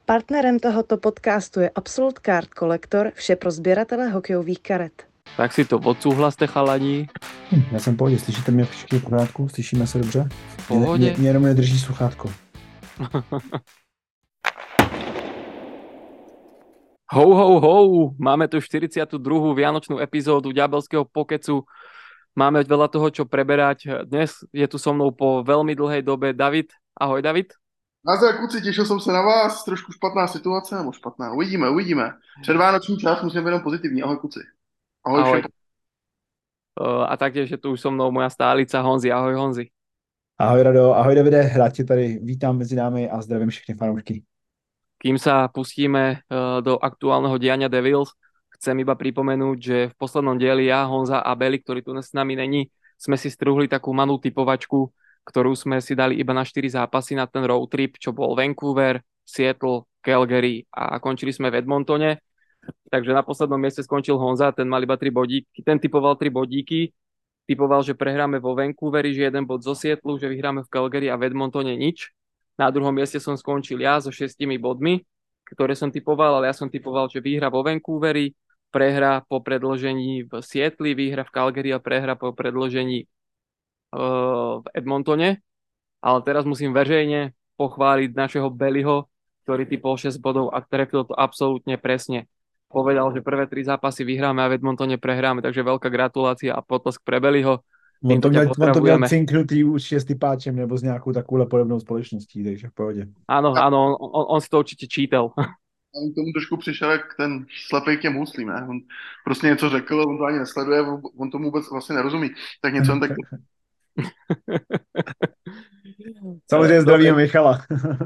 Partnerem tohoto podcastu je Absolute Card Collector, vše pro sběratele hokejových karet. Tak si to odsúhlaste, chalani. Já jsem v pohodě, slyšíte mě všichni v pořádku? Slyšíme se dobře? V pohodě. Mě jenom nedrží sluchátko. Ho, ho, ho! Máme tu 42. vianočnú epizódu Ďábelského pokecu. Máme veľa toho, čo preberať. Dnes je tu so mnou po veľmi dlhej dobe David. Ahoj, David. Nazdar, kluci, těšil jsem se na vás, trošku špatná situace, nebo špatná, uvidíme. Předvánoční čas, musím být jenom pozitivní, ahoj kluci. Ahoj, Ahoj. všem. A taktiež je tu už so mnou moja stálica Honzi. Ahoj, Honzi. Ahoj Rado, ahoj Davide, rád tě tady vítám mezi námi a zdravím všechny fanoušky. Kým sa pustíme do aktuálneho diania Devils, chcem iba pripomenúť, že v poslednom dieli ja, Honza a Beli, ktorý tu s nami není, sme si strúhli takú malú typovačku, ktorú sme si dali iba na 4 zápasy na ten road trip, čo bol Vancouver, Seattle, Calgary a končili sme v Edmontone. Takže na poslednom mieste skončil Honza, ten mal iba 3 bodíky, ten typoval 3 bodíky, typoval, že prehráme vo Vancouveri, že 1 bod zo Seattle, že vyhráme v Calgary a v Edmontone nič. Na druhom mieste som skončil ja so 6 bodmi, ktoré som typoval, ale ja som typoval, že výhra vo Vancouveri, prehra po predĺžení v Seattle, výhra v Calgary a prehra po predĺžení v Edmontone. Ale teraz musím verejne pochváliť našeho Beliho, ktorý typol 6 bodov a trefil to absolútne presne. Povedal, že prvé 3 zápasy vyhráme a v Edmontone prehráme, takže veľká gratulácia a potlesk pre Beliho. On to měl cinknutý určitě s typáčem nebo s nějakou takovou podobnou společností, takže v pohodě. Áno, on si to určite čítal. On k tomu trošku přišel jak ten slepej k těm huslím, ne? On prostě něco řekl, on to ani nesleduje, on tomu vůbec vlastně nerozumí. Tak něco jen tak... Samozřejmě zdravíme Michala.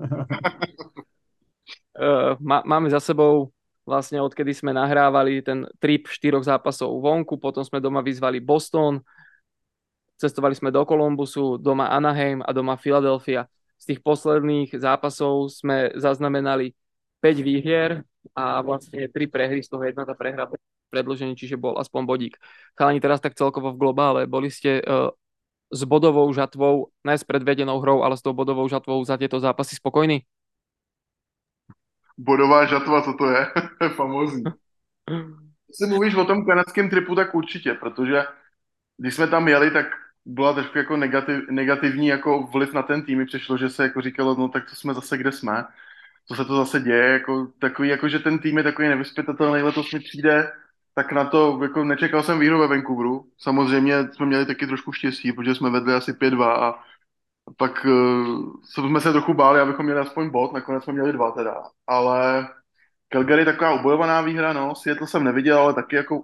Máme za sebou vlastne odkedy sme nahrávali ten trip 4 zápasov vonku, potom sme doma vyzvali Boston, cestovali sme do Columbusu, doma Anaheim a doma Philadelphia. Z tých posledných zápasov sme zaznamenali 5 výhier a vlastne 3 prehry, z toho jedna tá prehra predĺžení, čiže bol aspoň bodík. Chalani, teraz tak celkovo v globále, boli ste s bodovou žatvou, ne s predvedenou hrou, ale s tou bodovou žatvou za tieto zápasy spokojní? Bodová žatva, co to je? Famózní. Když mluvíš o tom kanadském tripu, tak určitě, protože když jsme tam jeli, tak byla trošku jako negativní jako vliv na ten tým. Mi přišlo, že se jako říkalo, no tak to jsme zase, kde jsme. Co se to zase děje, jako takový, jako že ten tým je takový nevyzpytatelný, letos mi přijde, tak na to, jako nečekal jsem výhru ve Vancouveru. Samozřejmě jsme měli taky trošku štěstí, protože jsme vedli asi 5-2 a pak jsme se trochu báli, abychom měli aspoň bod, nakonec jsme měli 2 teda, ale Calgary taková ubojovaná výhra, no, Seattle jsem neviděl, ale taky jako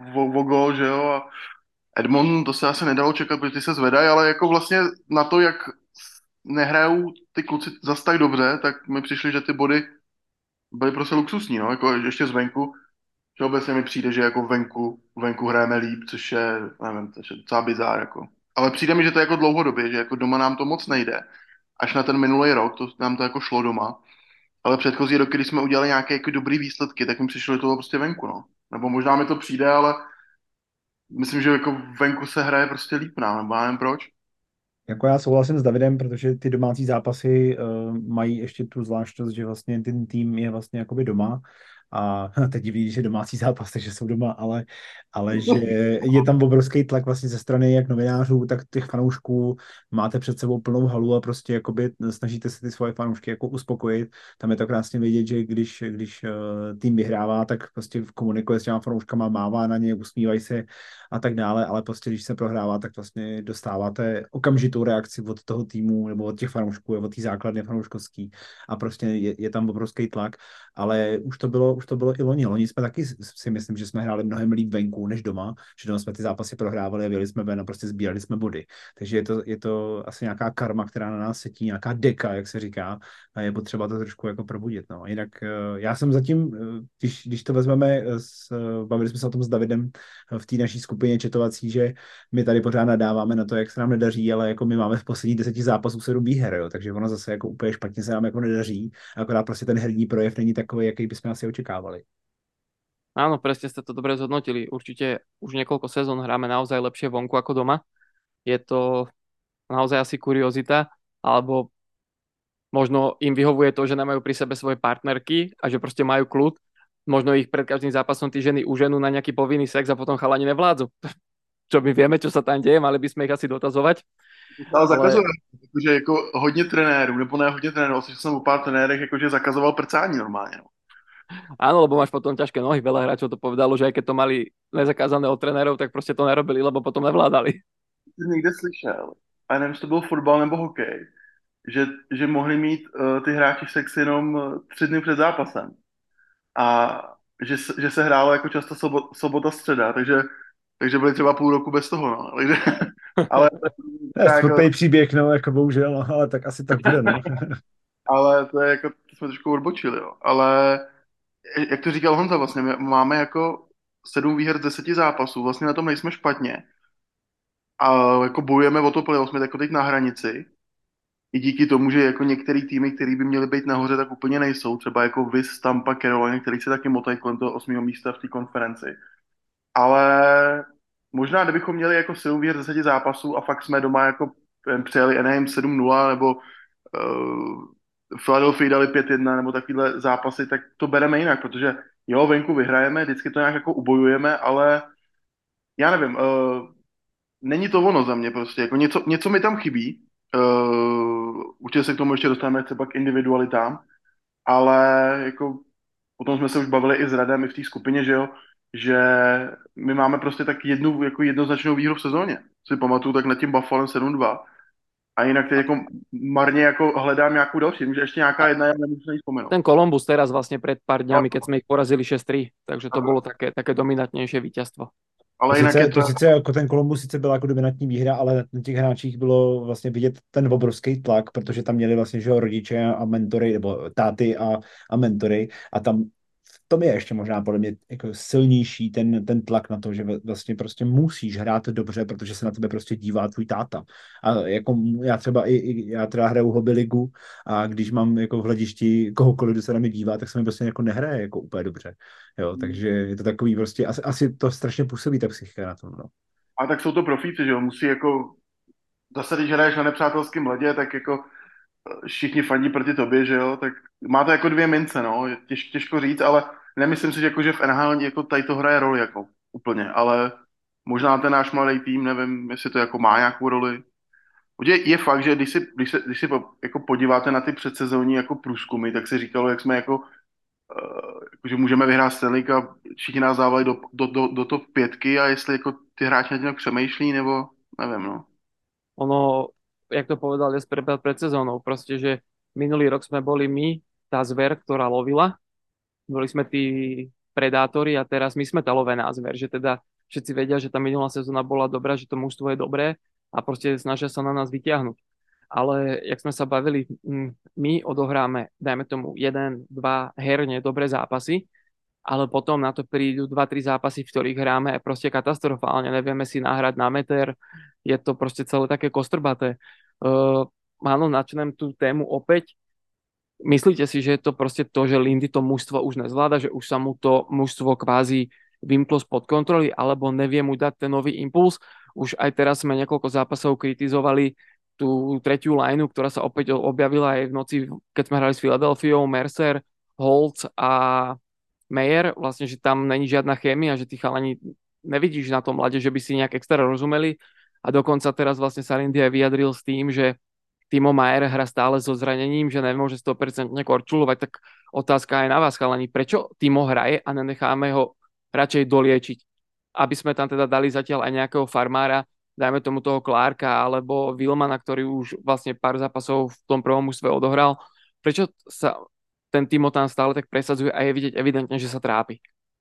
o gól, že jo, a Edmond, to se asi nedalo čekat, protože ty se zvedají, ale jako vlastně na to, jak nehrajou ty kluci zas tak dobře, tak mi přišli, že ty body byly prostě luxusní, no, jako ještě zvenku, že obecně mi přijde, že jako venku hrajeme líp, což je, nevím, což je docela bizár, jako. Ale přijde mi, že to je jako dlouhodobě, že jako doma nám to moc nejde. Až na ten minulý rok, to nám to jako šlo doma. Ale předchozí roky, když jsme udělali nějaké jako dobrý výsledky, tak mi přišlo, že to bylo prostě venku, no. Nebo možná mi to přijde, ale myslím, že jako venku se hraje prostě líp nám, nebo já nevím proč. Jako já souhlasím s Davidem, protože ty domácí zápasy mají ještě tu zvláštnost, že vlastně ten tým je vlastně jakoby doma a teď divný, že domácí zápas, takže jsou doma, ale že je tam obrovský tlak vlastně ze strany jak novinářů, tak těch fanoušků, máte před sebou plnou halu a prostě jakoby snažíte se ty svoje fanoušky jako uspokojit. Tam je to krásně vidět, že když tým vyhrává, tak prostě komunikuje s těma fanouškama, mává na ně, usmívají se a tak dále, ale prostě když se prohrává, tak vlastně dostáváte okamžitou reakci od toho týmu nebo od těch fanoušků, od té základny fanouškovský a prostě je tam obrovský tlak, ale už to bylo i loni. Loni jsme taky si myslím, že jsme hráli mnohem líp venku než doma, že doma jsme ty zápasy prohrávali a vyjeli jsme ven a prostě sbírali jsme body. Takže je to asi nějaká karma, která na nás setí, nějaká deka, jak se říká, a je potřeba to trošku jako probudit. No. Jinak já jsem zatím, když to vezmeme, bavili jsme se o tom s Davidem v té naší skupině četovací, že my tady pořád nadáváme na to, jak se nám nedaří, ale jako my máme v posledních 10 zápasů 7 výher, jo, takže ono zase jako úplně špatně se nám jako nedaří, akorát prostě ten herní projev není takový, jaký bychom asi očekávali. Áno, presne ste to dobre zhodnotili. Určite už niekoľko sezón hráme naozaj lepšie vonku ako doma. Je to naozaj asi kuriozita, alebo Možno im vyhovuje to, že nemajú pri sebe svoje partnerky a že proste majú kľud. Možno ich pred každým zápasom tí ženy uženú na nejaký povinný sex a potom chalani nevládzu. Čo my vieme, čo sa tam deje, mali by sme ich asi dotazovať. Ale Ale zakazuje, protože jako hodně trenérů, nebo ne hodně trenérů, asi jsem o pár trenérech jakože zakazoval prcání normálně. No. áno, lebo máš potom ťažké nohy. Veľa hráčov to povedalo, že aj keď to mali nezakázané od trenérov, tak proste to nerobili, lebo potom nevládali. Jsem někde slyšel, a nevím, jestli to byl fotbal nebo hokej, že mohli mít ty hráči sex jenom 3 dny před zápasem. A že se hrálo jako často sobota, středa, takže byli třeba půl roku bez toho, no. Takže, ale To je tak, smutný příběh, no, jako bohužel, no, ale tak asi tak bude, no. ale to je jako, to jsme trošku odbočili, jo. Ale jak to říkal Honza, vlastně my máme jako 7 výher z 10 zápasů, vlastně na tom nejsme špatně. A jako bojujeme o to playoff, jsme jako teď na hranici. I díky tomu, že jako některý týmy, který by měly být nahoře, tak úplně nejsou. Třeba jako Wiz, Tampa, Carolina, který se taky motají kolem toho 8. místa v té konferenci. Ale možná, kdybychom měli jako 7 výher z 10 zápasů a fakt jsme doma jako přijeli Anaheim 7-0 nebo Philadelphia dali 5-1 nebo takovýhle zápasy, tak to bereme jinak, protože jo, venku vyhrajeme, vždycky to nějak jako ubojujeme, ale já nevím, není to ono za mě prostě, jako něco mi tam chybí, určitě se k tomu ještě dostaneme třeba k individualitám, ale jako o tom jsme se už bavili i s Radem, i v té skupině, že jo, že my máme prostě tak jednu jako jednoznačnou výhru v sezóně. Si pamatuju tak nad tím Buffalo 7-2. A jinak teď jako marně jako hledám nějakou další. Může ještě nějaká jedna, já nemůžu se jí vzpomenout. Ten Columbus teraz vlastne pred pár dňami, keď sme ich porazili 6-3, takže to bolo také dominantnejšie víťazstvo. Ale jinak je To sice jako ten Columbus sice byla jako dominantní výhra, ale na těch hráčích bylo vlastně vidět ten obrovský tlak, protože tam měli vlastně že jo, rodiče a mentory, nebo táty a mentory a tam v tom je ještě možná podle mě jako silnější ten tlak na to, že vlastně prostě musíš hrát dobře, protože se na tebe prostě dívá tvůj táta. A jako já třeba hraju hobby ligu a když mám jako v hledišti kohokoliv, kdo se na mě dívá, tak se mi prostě jako nehraje jako úplně dobře. Jo, takže je to takový prostě, asi to strašně působí ta psychika na tom, no. A tak jsou to profíci, že jo, musí jako, zase když hraješ na nepřátelském ledě, tak jako všichni fandí proti tobě, že jo, tak má to jako dvě mince, no, je těžko říct, ale nemyslím si, že, jako, že v NHL jako tady to hraje roli, jako úplně, ale možná ten náš mladý tým, nevím, jestli to jako má nějakou roli. Je fakt, že když si jako podíváte na ty předsezónní jako průzkumy, tak se říkalo, jak jsme jako že můžeme vyhrát Stanley Cup, všichni nás dávají do top 5 a jestli jako ty hráči na tím přemýšlí, nebo nevím, no. Ono, jak to povedal Jesper pred sezónou, proste, že minulý rok sme boli my, tá zver, ktorá lovila, boli sme tí predátori a teraz my sme tá lovená zver, že teda všetci vedia, že tá minulá sezóna bola dobrá, že to mužstvo je dobré a proste snažia sa na nás vyťahnuť. Ale jak sme sa bavili, my odohráme, dajme tomu, 1, 2 herne dobré zápasy, ale potom na to prídu 2-3 zápasy, v ktorých hráme proste katastrofálne, nevieme si nahrať na meter, je to proste celé také kostrbaté. Áno, načnem tú tému opäť. Myslíte si, že je to proste to, že Lindy to mužstvo už nezvláda, že už sa mu to mužstvo kvázi vymklo spod kontroly, alebo nevie mu dať ten nový impuls? Už aj teraz sme niekoľko zápasov kritizovali tú tretiu lineu, ktorá sa opäť objavila aj v noci, keď sme hrali s Philadelphiou, Mercer, Holtz a Meyer, vlastne, že tam není žiadna chémia, že tí chalani nevidíš na tom mlade, že by si nejak extra rozumeli a dokonca teraz vlastne sa Lindy aj vyjadril s tým, že Timo Meier hra stále so zranením, že nemôže 100% korčulovať, tak otázka aj na vás, chalani, prečo Timo hraje a nenecháme ho radšej doliečiť? Aby sme tam teda dali zatiaľ aj nejakého farmára, dajme tomu toho Clarka alebo Wilmana, ktorý už vlastne pár zápasov v tom prvom mužstve odohral. Prečo sa ten Timo tam stále tak presadzuje a je vidět evidentně, že se trápí?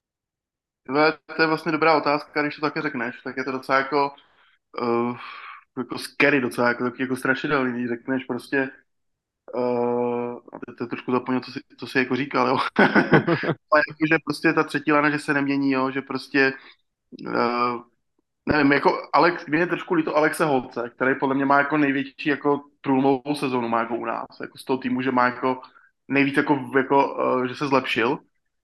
To je vlastně dobrá otázka, když to také řekneš, tak je to docela jako scary, docela jako strašidelný, když řekneš prostě, a teď to trošku zapomněl, co jsi jako říkal, jo. Ale jako, že prostě ta třetí lana, že se nemění, jo, že prostě, nevím, jako mě je trošku líto Alexe Holce, který podle mě má jako největší jako průlomovou sezónu, má jako u nás, jako z toho týmu, že má jako nejvíc že se zlepšil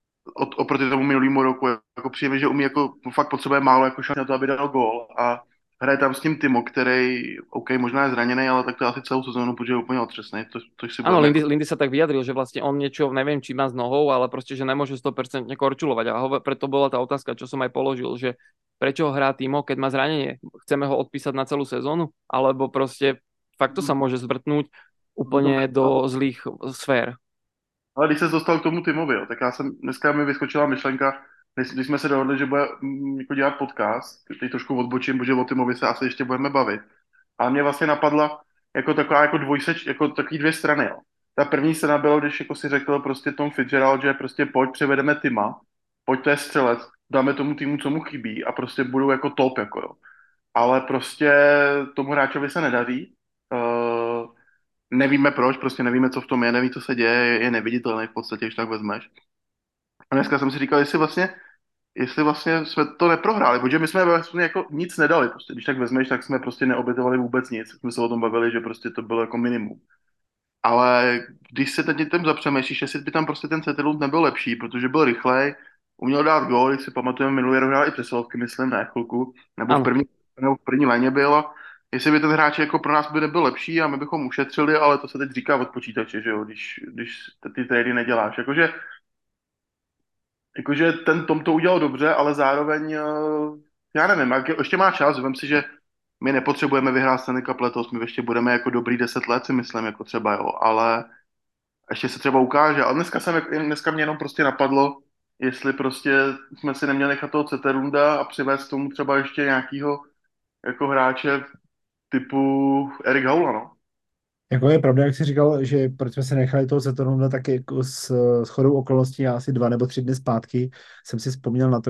oproti tomu minulýmu roku, jako přijeme, že umí jako fakt potřebuje málo jako šanci na to, aby dal gól a hraje tam s tím Timo, který, OK, možná je zraněný, ale tak to asi celou sezónu, protože je úplně otřesný, to si Áno, budeme jako... Lindy sa tak vyjadril, že vlastne on niečo, neviem, či má s nohou, ale proste, že nemôže 100% korčulovať. A preto bola tá otázka, čo som aj položil, že prečo hrá Timo, keď má zranenie? Chceme ho odpísať na celú sezónu? Alebo proste fakt to sa môže zvrtnúť úplne do zlých sfér. Ale když se dostal k tomu Timovi, jo, tak dneska mi vyskočila myšlenka, když jsme se dohodli, že bude jako dělat podcast, teď trošku odbočím, protože o Timovi se asi ještě budeme bavit. A mě vlastně napadla jako taková jako jako takový dvě strany, jo. Ta první strana byla, když jako si řekl prostě Tom Fitzgerald, že prostě pojď, převedeme Tima, pojď, to je střelec, dáme tomu týmu, co mu chybí a prostě budou jako top, jako jo. Ale prostě tomu hráčovi se nedaří. Nevíme proč, prostě nevíme, co v tom je, neví, co se děje, je neviditelný v podstatě, když tak vezmeš. A dneska jsem si říkal, jestli vlastně jsme to neprohráli, protože my jsme vlastně jako nic nedali, prostě, když tak vezmeš, tak jsme prostě neobětovali vůbec nic, jsme se o tom bavili, že prostě to bylo jako minimum. Ale když se teď tím zapřemýšlíš, jestli by tam prostě ten Zetterlund nebyl lepší, protože byl rychlej, uměl dát gól, když si pamatujeme, minulý rok hrál i přesilovky, myslím, na chvilku, Áno. nebo v první léně byl, a jestli by ten hráč jako pro nás by nebyl lepší a my bychom ušetřili, ale to se teď říká od počítače, že jo, když ty trady neděláš. Jakože ten Tom to udělal dobře, ale zároveň, já nevím, ještě má čas, vem si, že my nepotřebujeme vyhrát Stanley Cup letos, my ještě budeme jako dobrý 10 let, si myslím, jako třeba, jo, ale ještě se třeba ukáže. Ale dneska mě jenom prostě napadlo, jestli prostě jsme si neměli nechat toho Zetterlunda a přivést tomu třeba ještě nějakýho jako hráče typu Erik Haula, no. Jako je pravda, jak jsi říkal, že proč jsme se nechali toho Zetterlunda, tak jako s shodou okolností, já asi 2 nebo 3 dny zpátky jsem si vzpomněl na to,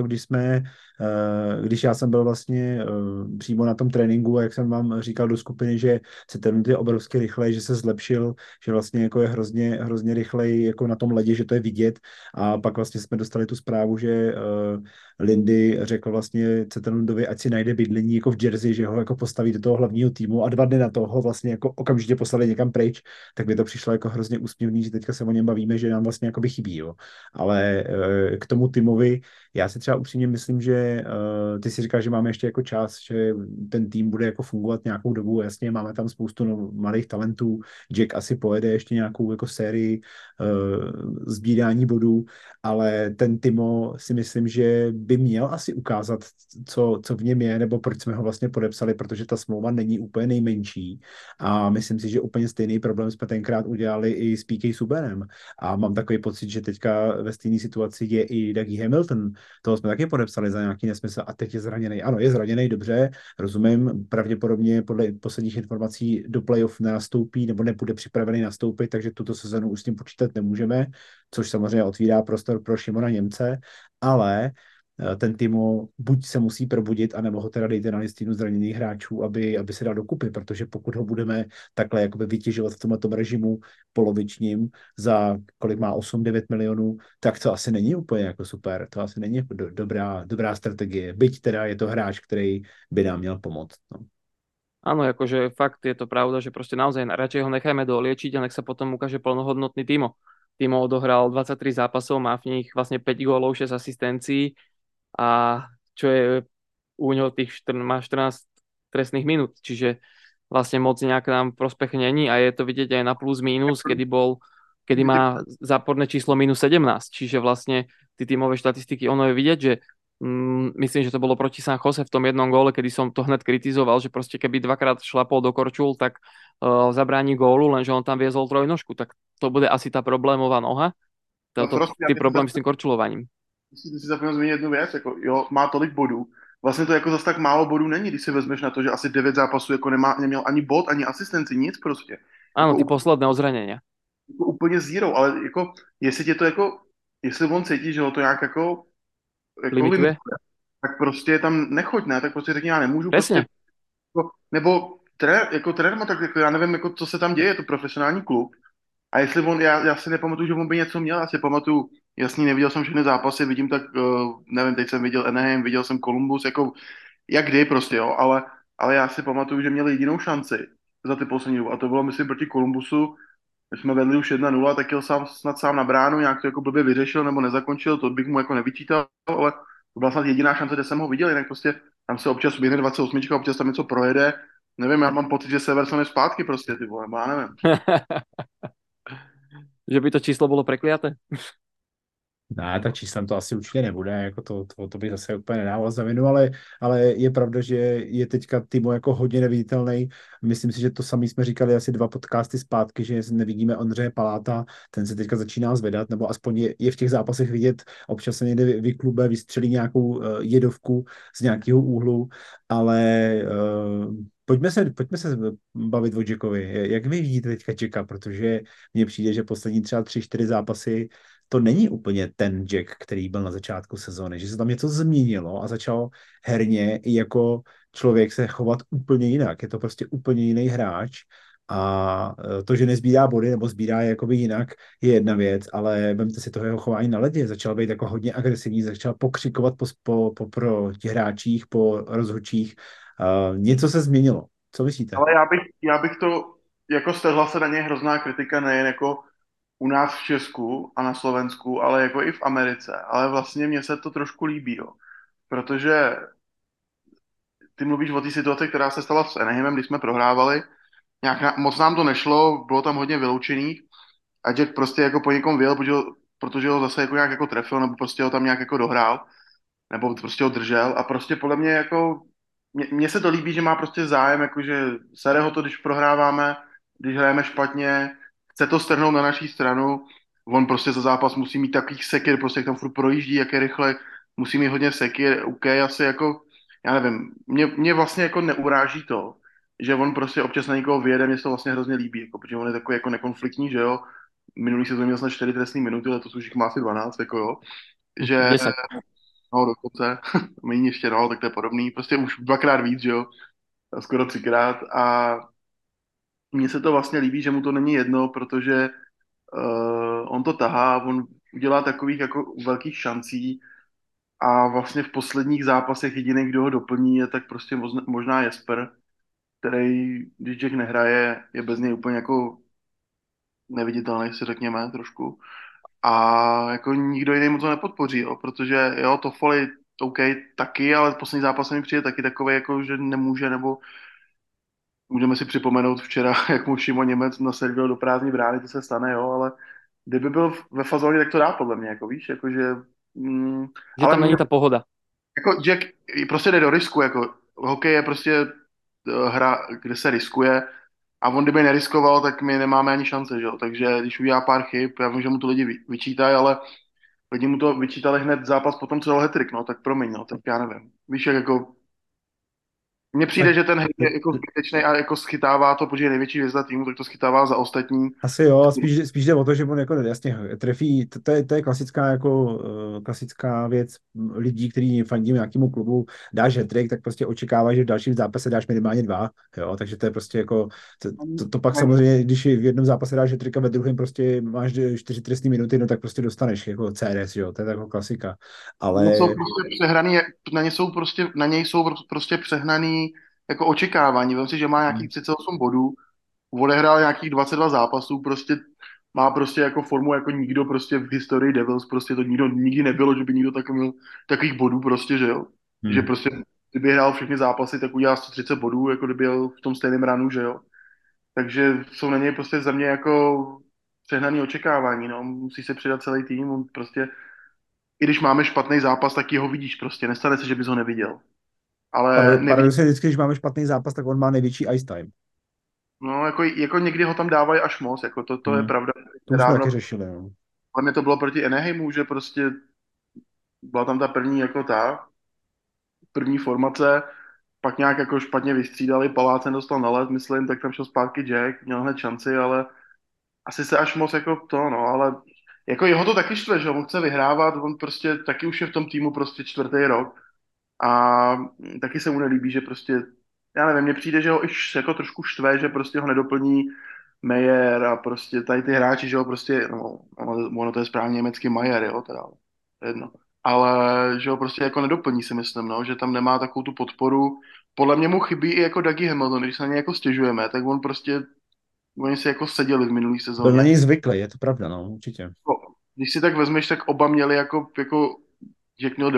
když já jsem byl vlastně přímo na tom tréninku a jak jsem vám říkal do skupiny, že Zetterlund je obrovsky rychlej, že se zlepšil, že vlastně jako je hrozně rychlej jako na tom ledě, že to je vidět, a pak vlastně jsme dostali tu zprávu, že Lindy řekl vlastně Zetterlundovi, ať si najde bydlení jako v Jersey, že ho jako postaví do toho hlavního týmu, a 2 dny na to ho vlastně jako okamžitě poslali někam pryč, tak mi to přišlo jako hrozně úsměvný, že teďka se o něm bavíme, že nám vlastně jakoby chybí, jo. Ale k tomu Timovi, já si třeba upřímně myslím, že ty si říkáš, že máme ještě jako čas, že ten tým bude jako fungovat nějakou dobu, jasně, máme tam spoustu mladých talentů, Jack asi pojede ještě nějakou jako sérii sbírání bodů, ale ten Timo si myslím, že by měl asi ukázat, co v něm je, nebo proč jsme ho vlastně podepsali, protože ta smlouva není úplně nejmenší, a myslím si, že úplně stejný problém jsme tenkrát udělali i s PK Subbanem, a mám takový pocit, že teďka ve stejné situaci je i Dougie Hamilton, toho jsme taky podepsali za nějaký nesmysl a teď je zraněný. Ano, je zraněný, dobře, rozumím, pravděpodobně podle posledních informací do playoff nenastoupí nebo nebude připravený nastoupit, takže tuto sezonu už s tím počítat nemůžeme, což samozřejmě otvírá prostor pro Šimona Němce, ale ten Timo buď se musí probudit, anebo ho teda dejte na listinu zraněných hráčů, aby se dal dokupy, protože pokud ho budeme takhle jakoby vytěžovat v tomto režimu polovičním za kolik má 8-9 milionů, tak to asi není úplně jako super, to asi není jako dobrá strategie, byť teda je to hráč, který by nám měl pomoct. No. Áno, akože fakt je to pravda, že proste naozaj radšej ho nechajme doliečiť a nech sa potom ukáže plnohodnotný Timo. Timo odohral 23 zápasov, má v nich vlastne 5 gólov, 6 asistencií a čo je u ňoho má 14 trestných minút, čiže vlastne moc nejak nám prospech není a je to vidieť aj na plus minus, kedy má záporné číslo minus 17, čiže vlastne ty tímové štatistiky, ono je vidieť, že myslím, že to bolo proti San Jose v tom jednom góle, kedy som to hned kritizoval, že proste keby dvakrát šlapol do korčul, tak zabráni gólu, lenže on tam viezol trojnožku, tak to bude asi tá problémová noha, ty problémy s tým korčulovaním. Ty si zapomněl zmínit jednu věc, jako jo, má tolik bodů. Vlastně to jako zase tak málo bodů není, když si vezmeš na to, že asi 9 zápasů jako neměl ani bod, ani asistenci, nic prostě. Áno, jako ty posledné ozranenia. Jako úplně zero, ale jako, jestli on cítí, že ho to nějak jako limituje, tak prostě tam nechoď, ne, tak prostě řekni, já nemůžu. Presne. Prostě, nebo trenér má tak, jako, já nevím, jako, co se tam děje, je to profesionální klub. A jestli já si nepamatuju, že on by něco měl, já si pamatuju, jasně, neviděl jsem všechny zápasy, vidím tak, nevím, teď jsem viděl Anaheim, viděl jsem Columbus, jako, jak kdy prostě, jo, ale já si pamatuju, že měl jedinou šanci za ty poslední dobu, a to bylo, myslím, proti Columbusu, my jsme vedli už 1-0, tak jel snad sám na bránu, nějak to jako blbě vyřešil nebo nezakončil, to bych mu jako nevyčítal, ale To byla snad jediná šance, kde jsem ho viděl, jinak prostě tam se občas běhne 28, občas tam něco projede. Nevím, já mám pocit, že Severson je zpátky prostě, ty vole, já nevím. Že by to číslo bylo prekliaté? Ne, tak číslem to asi určitě nebude, jako to bych zase úplně nedával za vinu, ale je pravda, že je teďka Timo jako hodně neviditelný. Myslím si, že to samý jsme říkali asi 2 podcasty zpátky, že nevidíme Ondřeje Paláta, ten se teďka začíná zvedat, nebo aspoň je v těch zápasech vidět, občas se někde vyklube, vystřelí nějakou jedovku z nějakého úhlu, ale pojďme se bavit o Jackovi. Jak vy vidíte teďka Jacka, protože mně přijde, že poslední třeba 3-4 zápasy to není úplně ten Jack, který byl na začátku sezóny, že se tam něco změnilo a začal herně i jako člověk se chovat úplně jinak. Je to prostě úplně jiný hráč a to, že nezbírá body nebo sbírá je jakoby jinak, je jedna věc, ale vemte si toho jeho chování na ledě. Začal být jako hodně agresivní, začal pokřikovat po těch hráčích, po rozhodčích. Něco se změnilo. Co myslíte? Ale já bych to, jako stehla se na něj hrozná kritika nejen jako u nás v Česku a na Slovensku, ale jako i v Americe. Ale vlastně mně se to trošku líbí, jo. Protože ty mluvíš o té situaci, která se stala s Anaheimem, když jsme prohrávali. Moc nám to nešlo, bylo tam hodně vyloučených a Jack prostě jako po někom vyjel, protože ho zase jako nějak jako trefil, nebo prostě ho tam nějak jako dohrál, nebo prostě ho držel a prostě podle mě jako mně se to líbí, že má prostě zájem, jakože sere ho to, když prohráváme, když hrajeme špatně, chce to strhnout na naší stranu, on prostě za zápas musí mít takových sekir, prostě jak tam furt projíždí, jak je rychle, musí mít hodně sekir, OK, asi jako, já nevím, mě vlastně jako neuráží to, že on prostě občas na někoho vyjede, mě se to vlastně hrozně líbí, jako, protože on je takový jako nekonfliktní, že jo, minulý sezóně měl snad 4 trestné minuty, letos už jich má asi 12, jako jo, že 10. no, dokonce, méně ještě, no, tak to je podobný, prostě už 2krát víc, že jo, a skoro 3krát a mně se to vlastně líbí, že mu to není jedno, protože on to tahá, on udělá takových jako velkých šancí a vlastně v posledních zápasech jediný, kdo ho doplní, je tak prostě možná Jesper, který, když Jack nehraje, je bez něj úplně jako neviditelný, si řekněme trošku. A jako nikdo jiný mu to nepodpoří, jo, protože jo, Toffoli OK, taky, ale poslední zápas mi přijde taky takový, jako, že nemůže, nebo můžeme si připomenout včera, jak mu Šimo Němec naservil do prázdní brány, to se stane, jo, ale kdyby byl ve fazóně, tak to dá podle mě, jako víš, jakože, Že tam ale není ta pohoda. jako Jack prostě jde do risku, jako hokej je prostě hra, kde se riskuje a on kdyby neriskoval, tak my nemáme ani šance, že jo, takže když udělá pár chyb, já vím, že mu to lidi vyčítají, ale lidi mu to vyčítali hned zápas potom, co dal hat-trick, no, tak promiň, no, tak já nevím. Víš, jak jako, mně přijde, že ten hejt je jako zbytečný a jako schytává to, protože je největší hvězda týmu, tak to schytává za ostatní. Asi jo, spíš jde o to, že on jako jasně trefí, to je klasická jako klasická věc lidí, kteří fandí nějakému klubu, dáš hat-trick, tak prostě očekáváš, že v dalším zápase dáš minimálně 2, jo, takže to je prostě jako, to pak samozřejmě, když v jednom zápase dáš hat-trick a ve druhém prostě máš 4 trestné minuty, no tak prostě dostaneš jako CRS, jo, to je jako klasika, ale... Jsou prostě přehraný, na něj jsou prostě přehnaný jako očekávání. Vem si, že má nějakých 38 bodů, odehrál nějakých 22 zápasů, prostě má prostě jako formu jako nikdo prostě v historii Devils, prostě to nikdo nikdy nebylo, že by nikdo takových bodů prostě, že jo. Že prostě kdyby hrál všechny zápasy, tak udělá 130 bodů, jako kdyby byl v tom stejném ranu, že jo. Takže jsou na něj prostě za mě jako přehnaný očekávání, no. Musí se přidat celý tým, on prostě i když máme špatný zápas, tak ho vidíš prostě, nestane se, že bys ho neviděl. Ale Paradoxně vždycky, když máme špatný zápas, tak on má největší ice time. no, jako někdy ho tam dávají až moc, jako to je pravda. To jsme taky řešili, no. Ale mě to bylo proti Anaheimu, že prostě byla tam ta první formace, pak nějak jako špatně vystřídali, Palácen dostal na led, myslím, tak tam šel zpátky Jack, měl hned šanci, ale asi se až moc jako to, no, ale jako jeho to taky štve, že on chce vyhrávat, on prostě taky už je v tom týmu prostě 4. rok a taky se mu nelíbí, že prostě, já nevím, mně přijde, že ho i jako trošku štve, že prostě ho nedoplní Meyer a prostě tady ty hráči, že ho prostě, no, ono to je správně německý Meyer, jo, teda, to je jedno. Ale že ho prostě jako nedoplní, si myslím, no, že tam nemá takovou tu podporu. Podle mě mu chybí i jako Dougie Hamilton, když se na něj jako stěžujeme, tak on prostě, oni si jako seděli v minulý sezóně. Byl na něj zvyklý, je to pravda, no, určitě. Když si tak vezmeš, tak oba měli jako Jack měl 90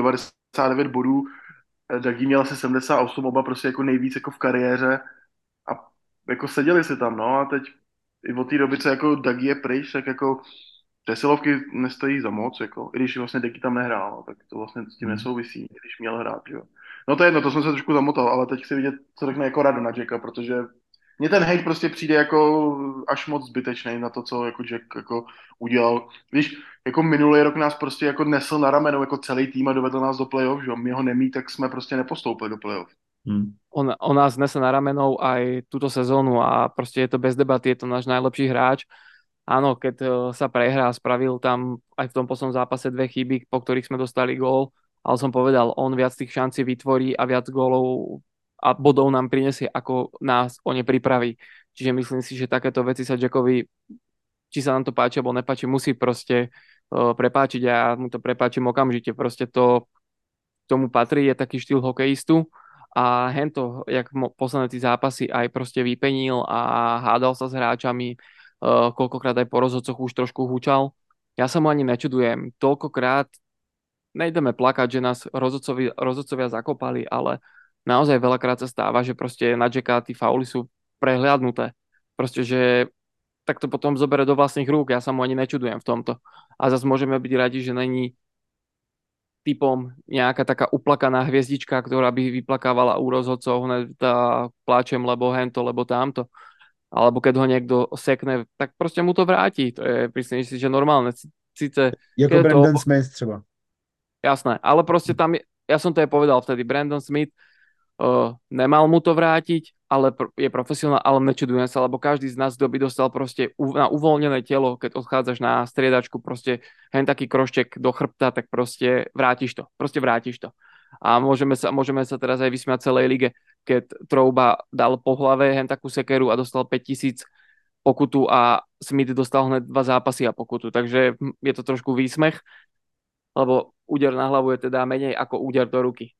9 bodů, Dagi měl asi 78, oba prostě jako nejvíc jako v kariéře a jako seděli si tam, no a teď i od té doby, co jako Dagi je pryč, tak jako přesilovky nestojí za moc, jako, i když vlastně Dagi tam nehrál, no, tak to vlastně s tím Hmm. nesouvisí, i když měl hrát, jo. No to je jedno, to jsem se trošku zamotal, ale teď chci vidět, co řekne jako Rado na Jacka, protože mně ten hate prostě přijde jako až moc zbytečný na to, co jako Jack jako udělal. Když jako minulý rok nás prostě jako nesl na ramenou jako celý tým a dovedl nás do playoff, že jo, my ho nemí, tak jsme prostě nepostoupili do playoff. Hmm. On nás nese na ramenou aj túto sezónu a proste je to bez debaty, je to náš najlepší hráč. Áno, keď sa prehrá, spravil tam aj v tom poslednom zápase 2 chyby, po ktorých sme dostali gól, ale som povedal, on viac tých šancí vytvorí a viac gólov a bodov nám prinesie, ako nás o ne pripraví. Čiže myslím si, že takéto veci sa Jackovi, či sa nám to páči alebo nepáči, musí proste prepáčiť a ja mu to prepáčim okamžite. Proste to tomu patrí, je taký štýl hokejistu a hento, jak posledné tí zápasy aj proste vypenil a hádal sa s hráčami, koľkokrát aj po rozhodcoch už trošku húčal. Ja sa mu ani nečudujem. Toľkokrát nejdeme plakať, že nás rozhodcovia zakopali, ale naozaj veľakrát sa stáva, že proste na Jacka tí fauly sú prehliadnuté. Proste, že tak to potom zobere do vlastných rúk. Ja sa mu ani nečudujem v tomto. A zase môžeme byť radi, že není typom nejaká taká uplakaná hviezdička, ktorá by vyplakávala u rozhodcov hned pláčem, lebo hento, lebo tamto. Alebo keď ho niekto sekne, tak proste mu to vráti. To je, myslím si, že normálne. Sice, Jako keď Brandon to, Smith třeba. jasné, ale proste tam, ja som to aj povedal vtedy, Brandon Smith nemal mu to vrátiť, ale je profesionál, ale nečudujem sa, lebo každý z nás, kto by dostal proste na uvoľnené telo, keď odchádzaš na striedačku, proste hen taký krošček do chrbta, tak proste vrátiš to. A môžeme sa teraz aj vysmiať celej lige, keď Trouba dal po hlave hen takú sekeru a dostal 5000 pokutu a Smith dostal hned 2 zápasy a pokutu, takže je to trošku výsmech, lebo úder na hlavu je teda menej ako úder do ruky.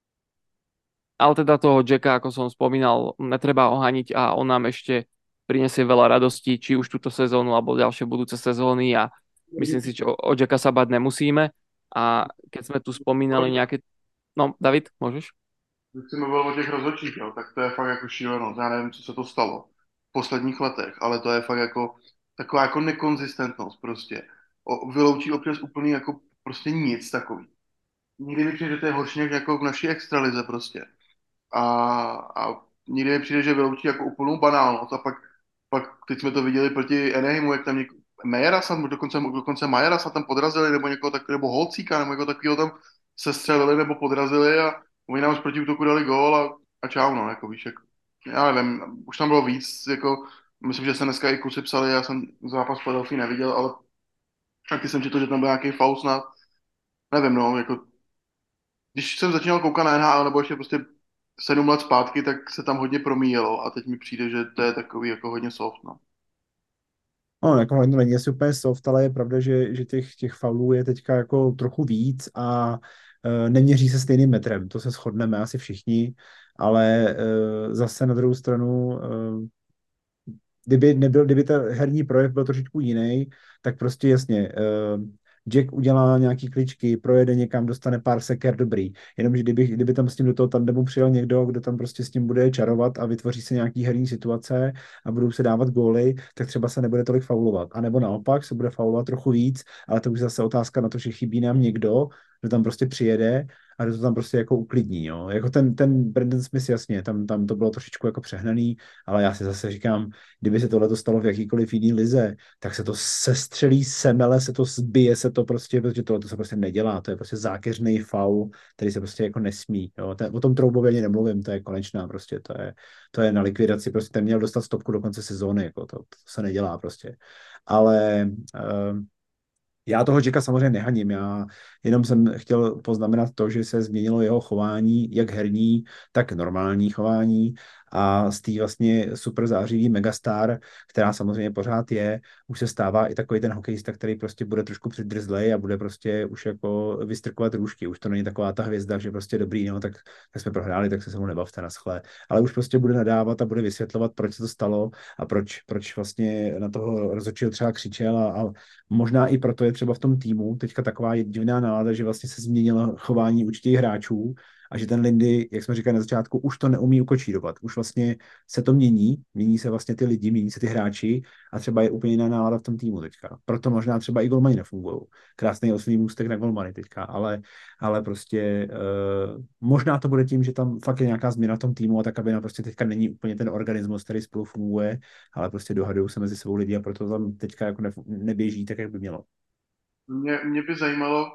Ale teda toho Jacka, ako som spomínal, netreba ohaniť a on nám ešte prinesie veľa radostí, či už túto sezónu, alebo ďalšie budúce sezóny a myslím si, že o Jacka sa bať nemusíme. A keď sme tu spomínali nejaké... No, David, môžeš? Když jsi mluvil o těch rozhodčích, jo, tak to je fakt jako šílenost. Já nevím, co se to stalo v posledních letech, ale to je fakt jako taková jako nekonzistentnost prostě. Vyloučí občas úplně jako prostě nic takový. Nikdy mi přijde, že to je horší než jako v naší extralize prostě. A nikdy mi přijde, že vyloučí jako úplnou banálnost a pak teď jsme to viděli proti Eneimu, jak tam Mejera snad, dokonce Majera snad tam podrazili, nebo někoho tak, nebo Holcíka, nebo někoho takového tam sestřelili nebo podrazili a oni nám z protiútoku dali gól a čau, no, jako víš, jako, já nevím, už tam bylo víc, jako, myslím, že se dneska i kusy psali, já jsem zápas Philadelphia neviděl, ale taky jsem četl, že tam byl nějaký faul snad, nevím, no, jako, když jsem začínal koukat na NHL, nebo ještě prostě 7 let zpátky, tak se tam hodně promíjelo a teď mi přijde, že to je takový jako hodně soft, no. No, jako to není asi úplně soft, ale je pravda, že těch faulů je teďka jako trochu víc a neměří se stejným metrem, to se shodneme asi všichni, ale zase na druhou stranu kdyby ten herní projev byl trošičku jiný, tak prostě jasně, Jack udělá nějaký kličky, projede někam, dostane pár seker, dobrý. Jenomže kdyby tam s tím do toho tandemu přijel někdo, kdo tam prostě s tím bude čarovat a vytvoří se nějaký herní situace a budou se dávat góly, tak třeba se nebude tolik faulovat. A nebo naopak se bude faulovat trochu víc, ale to už zase otázka na to, že chybí nám někdo, kdo tam prostě přijede a kdo to tam prostě jako uklidní. Jo. Jako ten Brandon Smith, jasně, tam to bylo trošičku jako přehnaný, ale já si zase říkám, kdyby se tohle stalo v jakýkoliv jiný lize, tak se to sestřelí semele, se to zbije, se to prostě, protože tohle se prostě nedělá, to je prostě zákeřný faul, který se prostě jako nesmí. Jo. O tom Troubově ani nemluvím, to je konečná prostě, to je na likvidaci, prostě ten měl dostat stopku do konce sezóny, jako to se nedělá prostě. Ale já toho Jacka samozřejmě nehaním, já jenom jsem chtěl poznamenat to, že se změnilo jeho chování, jak herní, tak normální chování a z té vlastně super zářivý megastar, která samozřejmě pořád je, už se stává i takový ten hokejista, který prostě bude trošku přidrzlej a bude prostě už jako vystrkovat růžky. Už to není taková ta hvězda, že prostě dobrý, no, tak jsme prohráli, tak se mnou nebavte, naschle. Ale už prostě bude nadávat a bude vysvětlovat, proč se to stalo a proč vlastně na toho rozhodčího třeba křičel a možná i proto je třeba v tom týmu teďka taková divná nálada, že vlastně se změnilo chování určitých hráčů a že ten Lindy, jak jsme říkali na začátku, už to neumí ukočírovat. Už vlastně se to mění se vlastně ty lidi, mění se ty hráči a třeba je úplně jiná nálada v tom týmu teďka. Proto možná třeba i golmani nefungují. Krásný oslý můstek na golmany teďka, ale prostě možná to bude tím, že tam fakt je nějaká změna v tom týmu a ta kabina prostě teďka není úplně ten organismus, který spolu funguje, ale prostě dohadují se mezi sebou lidi a proto tam teďka jako neběží tak, jak by mělo. Mě by zajímalo,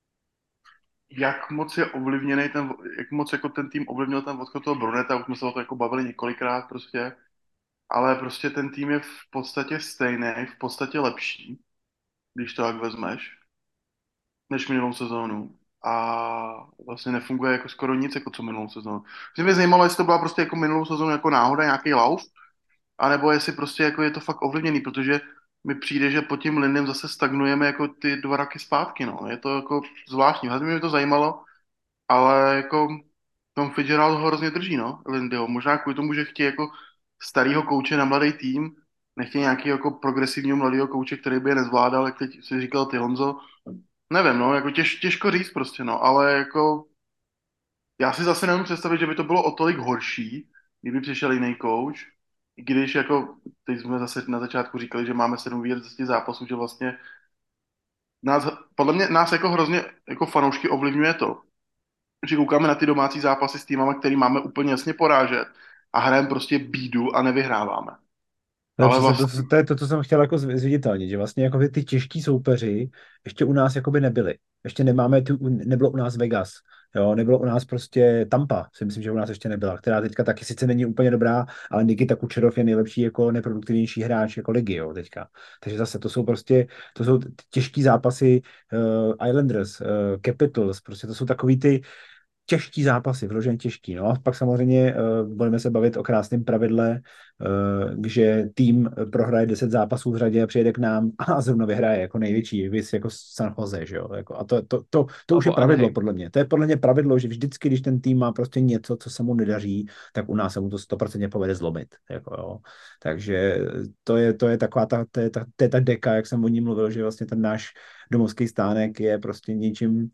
jak moc je ovlivněný jak moc jako ten tým ovlivnil ten odchod toho Bruneta, už jsme se o to jako bavili několikrát prostě, ale prostě ten tým je v podstatě stejný, v podstatě lepší, když to tak vezmeš, než minulou sezónu. A vlastně nefunguje jako skoro nic, jako co minulou sezónu. Mě zajímalo, jestli to byla prostě jako minulou sezónu jako náhoda, nějaký lauf, anebo jestli prostě jako je to fakt ovlivněný, protože mi přijde, že pod tím Lindem zase stagnujeme jako ty 2 roky zpátky, no. Je to jako zvláštní. Hlavně mě to zajímalo, ale jako Tom Fitzgerald ho hrozně drží, no, Lindyho. Možná kvůli tomu, že chtějí jako starýho kouče na mladý tým, nechtějí nějaký jako progresivního mladého kouče, který by je nezvládal, jak teď si říkal ty, Honzo. Nevím, no, jako těžko říct prostě, no, ale jako já si zase nemůžu představit, že by to bylo o tolik horší, kdyby přišel jiný coach, i když jako, teď jsme zase na začátku říkali, že máme 7 výher z 10 zápasů, že vlastně podle mě nás jako hrozně jako fanoušky ovlivňuje to, že koukáme na ty domácí zápasy s týmama, který máme úplně jasně porážet a hrajeme prostě bídu a nevyhráváme. To je Ale přesně vlastně, to je to, co jsem chtěl jako zviditelnit, že vlastně jako ty těžký soupeři ještě u nás jakoby nebyli. Ještě nebylo u nás Vegas, jo, nebylo u nás prostě Tampa, si myslím, že u nás ještě nebyla, která teďka taky sice není úplně dobrá, ale Nikita Kučerov je nejlepší jako neproduktivnější hráč jako ligy, jo, teďka. Takže zase to jsou těžký zápasy Islanders, Capitals, prostě to jsou takový ty těžký zápasy, vyloženě těžký. No a pak samozřejmě budeme se bavit o krásném pravidle, že tým prohraje 10 zápasů v řadě a přijede k nám a zrovna vyhraje jako největší, vys jako San Jose, že jo. Jako, a to už je pravidlo podle mě. To je podle mě pravidlo, že vždycky, když ten tým má prostě něco, co se mu nedaří, tak u nás se mu to 100% povede zlomit. Jako, jo. Takže to je taková ta deka, jak jsem o ní mluvil, že vlastně ten náš domovský stánek je prostě něčím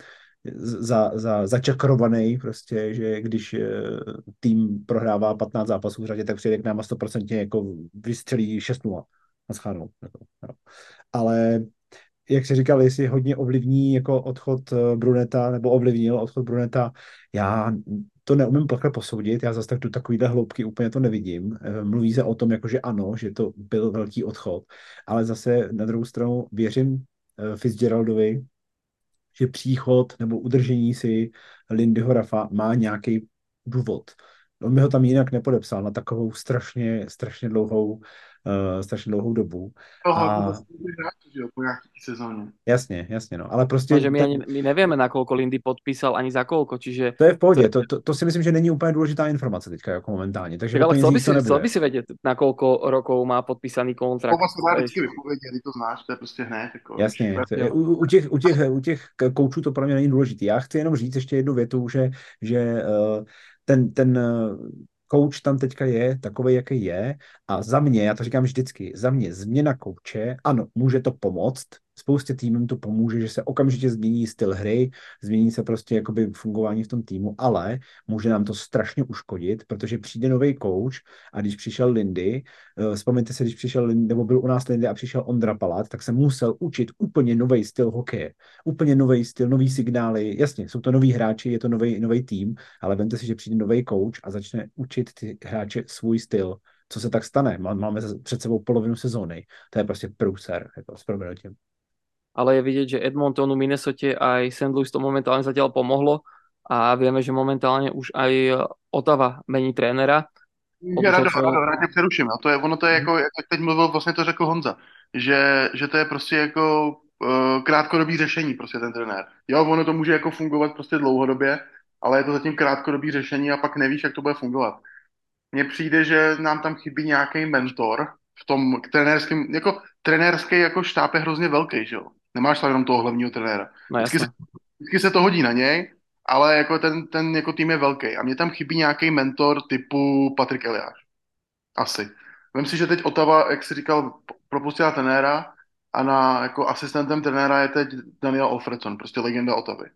začakrovaný, prostě, že když tým prohrává 15 zápasů v řadě, tak přijde k nám a 100% jako vystřelí 6-0 na schádnu. Jako, no. Ale jak se říkal, jestli hodně ovlivní jako odchod Bruneta, nebo ovlivnil odchod Bruneta, já to neumím takhle posoudit, já zase tak tu takovýhle hloubky úplně to nevidím. Mluví se o tom, jako že ano, že to byl velký odchod, ale zase na druhou stranu věřím Fitzgeraldovi, že příchod nebo udržení si Lindyho Rafa má nějaký důvod. On mi ho tam jinak nepodepsal na takovou strašně dlouhou dobu. hlavně zase hráči, že jo, po nějaký sezóně. Jasně, no, ale prostě... že my nevieme, nakoľko Lindy podpísal, ani za koľko, čiže... To je v pohodě, to si myslím, že není úplně důležitá informace teďka jako momentálně, takže ale chcel by si vedieť, na koľko rokov má podpísaný kontrakt. To se dá vždycky vypovědět, to znáš, to je prostě hned. Jako, jasně, u těch koučů to pro mě není důležitý. Já chci jenom říct ještě jednu větu, že ten kouč tam teďka je takovej, jaký je a za mě, já to říkám vždycky, za mě změna kouče, ano, může to pomoct, spoustě týmům to pomůže, že se okamžitě změní styl hry, změní se prostě jakoby fungování v tom týmu, ale může nám to strašně uškodit, protože přijde nový kouč a když přišel Lindy, vzpomeňte se, když přišel Lindy, nebo byl u nás Lindy a přišel Ondra Palat, tak se musel učit úplně nový styl hokeje, úplně nový styl, nový signály, jasně, jsou to noví hráči, je to nový tým, ale vemte si, že přijde nový kouč a začne učit ty hráče svůj styl. Co se tak stane? Máme před sebou polovinu sezóny. To je prostě průser, jako s proměnutím. Ale je vidieť, že Edmontonu, Minnesote aj St. Louis to momentálne zatiaľ pomohlo a vieme, že momentálne už aj Ottawa mení trénera. Rád tě přeruším. Ono to je jako, jak teď mluvil, vlastně to řekl Honza, že to je prostě jako krátkodobý řešení, prostě ten trenér. Jo, ono to může jako fungovat prostě dlouhodobě, ale je to zatím krátkodobý řešení a pak nevíš, jak to bude fungovat. Mně přijde, že nám tam chybí nějaký mentor v tom trenérském, jako trenérský jako štáb je hrozně velký, že jo? Nemáš tam jenom toho hlavního trenéra. No jasné. Vždycky se to hodí na něj, ale jako ten jako tým je velký. A mně tam chybí nějaký mentor typu Patrik Eliáš. Asi. Vem si, že teď Otava, jak jsi říkal, propustila trenéra a na jako asistentem trenéra je teď Daniel Alfredson, prostě legenda Otavy.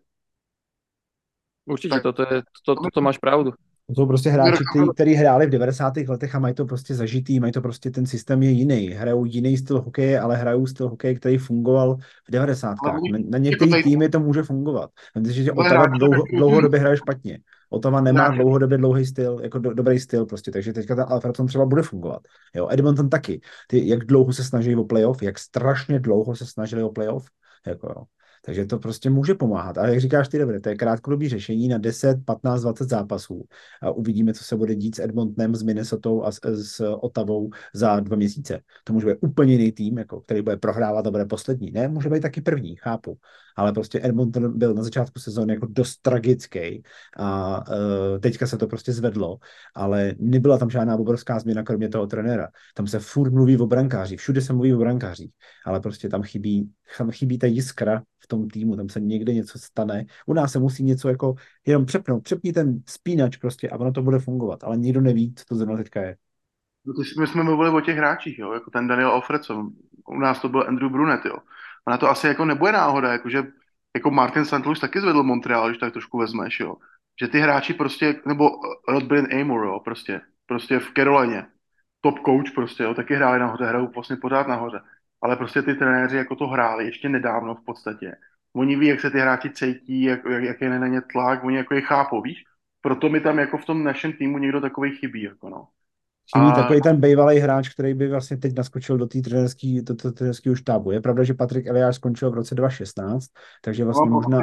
Určite, Tak toto máš pravdu. To jsou prostě hráči, kteří hráli v 90. letech a mají to prostě zažitý, mají to prostě, ten systém je jiný. Hrajou jiný styl hokeje, ale hrajou styl hokeje, který fungoval v 90. Na některých týmy to může fungovat. Myslím, že Ottawa dlouhodobě hraje špatně. Ottawa nemá dlouhodobě dlouhý styl, jako dobrý styl prostě, takže teďka ten Alfredson třeba bude fungovat. Jo, Edmonton taky. Jak dlouho se snaží o playoff, jak strašně dlouho se snažili o playoff, jako jo. Takže to prostě může pomáhat. A jak říkáš ty, dobře, to je krátkodobý řešení na 10, 15, 20 zápasů. A uvidíme, co se bude dít s Edmontonem, s Minnesotou a s Ottawou za 2 měsíce. To může být úplně jiný tým, jako, který bude prohrávat a bude poslední. Ne, může být taky první, chápu. Ale prostě Edmonton byl na začátku sezóny jako dost tragický a teďka se to prostě zvedlo, ale nebyla tam žádná obrovská změna, kromě toho trenéra. Tam se furt mluví o brankářích, všude se mluví o brankářích, ale prostě tam chybí ta jiskra v tom týmu, tam se někde něco stane. U nás se musí něco jako jenom přepni ten spínač prostě a ono to bude fungovat, ale nikdo neví, co to zrovna teďka je. No my jsme mluvili o těch hráčích, jo, jako ten Daniel Alfredson. U nás to byl Andrew Brunet, jo. Ona to asi jako nebude náhoda, jakože jako Martin St. Louis taky zvedl Montreal, když tak trošku vezmeš, jo. Že ty hráči prostě, nebo Rod Bryn Amor, jo, prostě v Carolině. Top coach prostě, jo, taky hráli nahoře, hrajou vlastně pořád nahoře. Ale prostě ty trenéři jako to hráli ještě nedávno v podstatě. Oni ví, jak se ty hráči cítí, jak je na ně tlak, oni jako je chápou, víš? Proto mi tam jako v tom našem týmu někdo takový chybí, jako no. Chybí takový ten bývalý hráč, který by vlastně teď naskočil do té trenérského štábu. Je pravda, že Patrik Eliáš skončil v roce 2016, takže vlastně možná...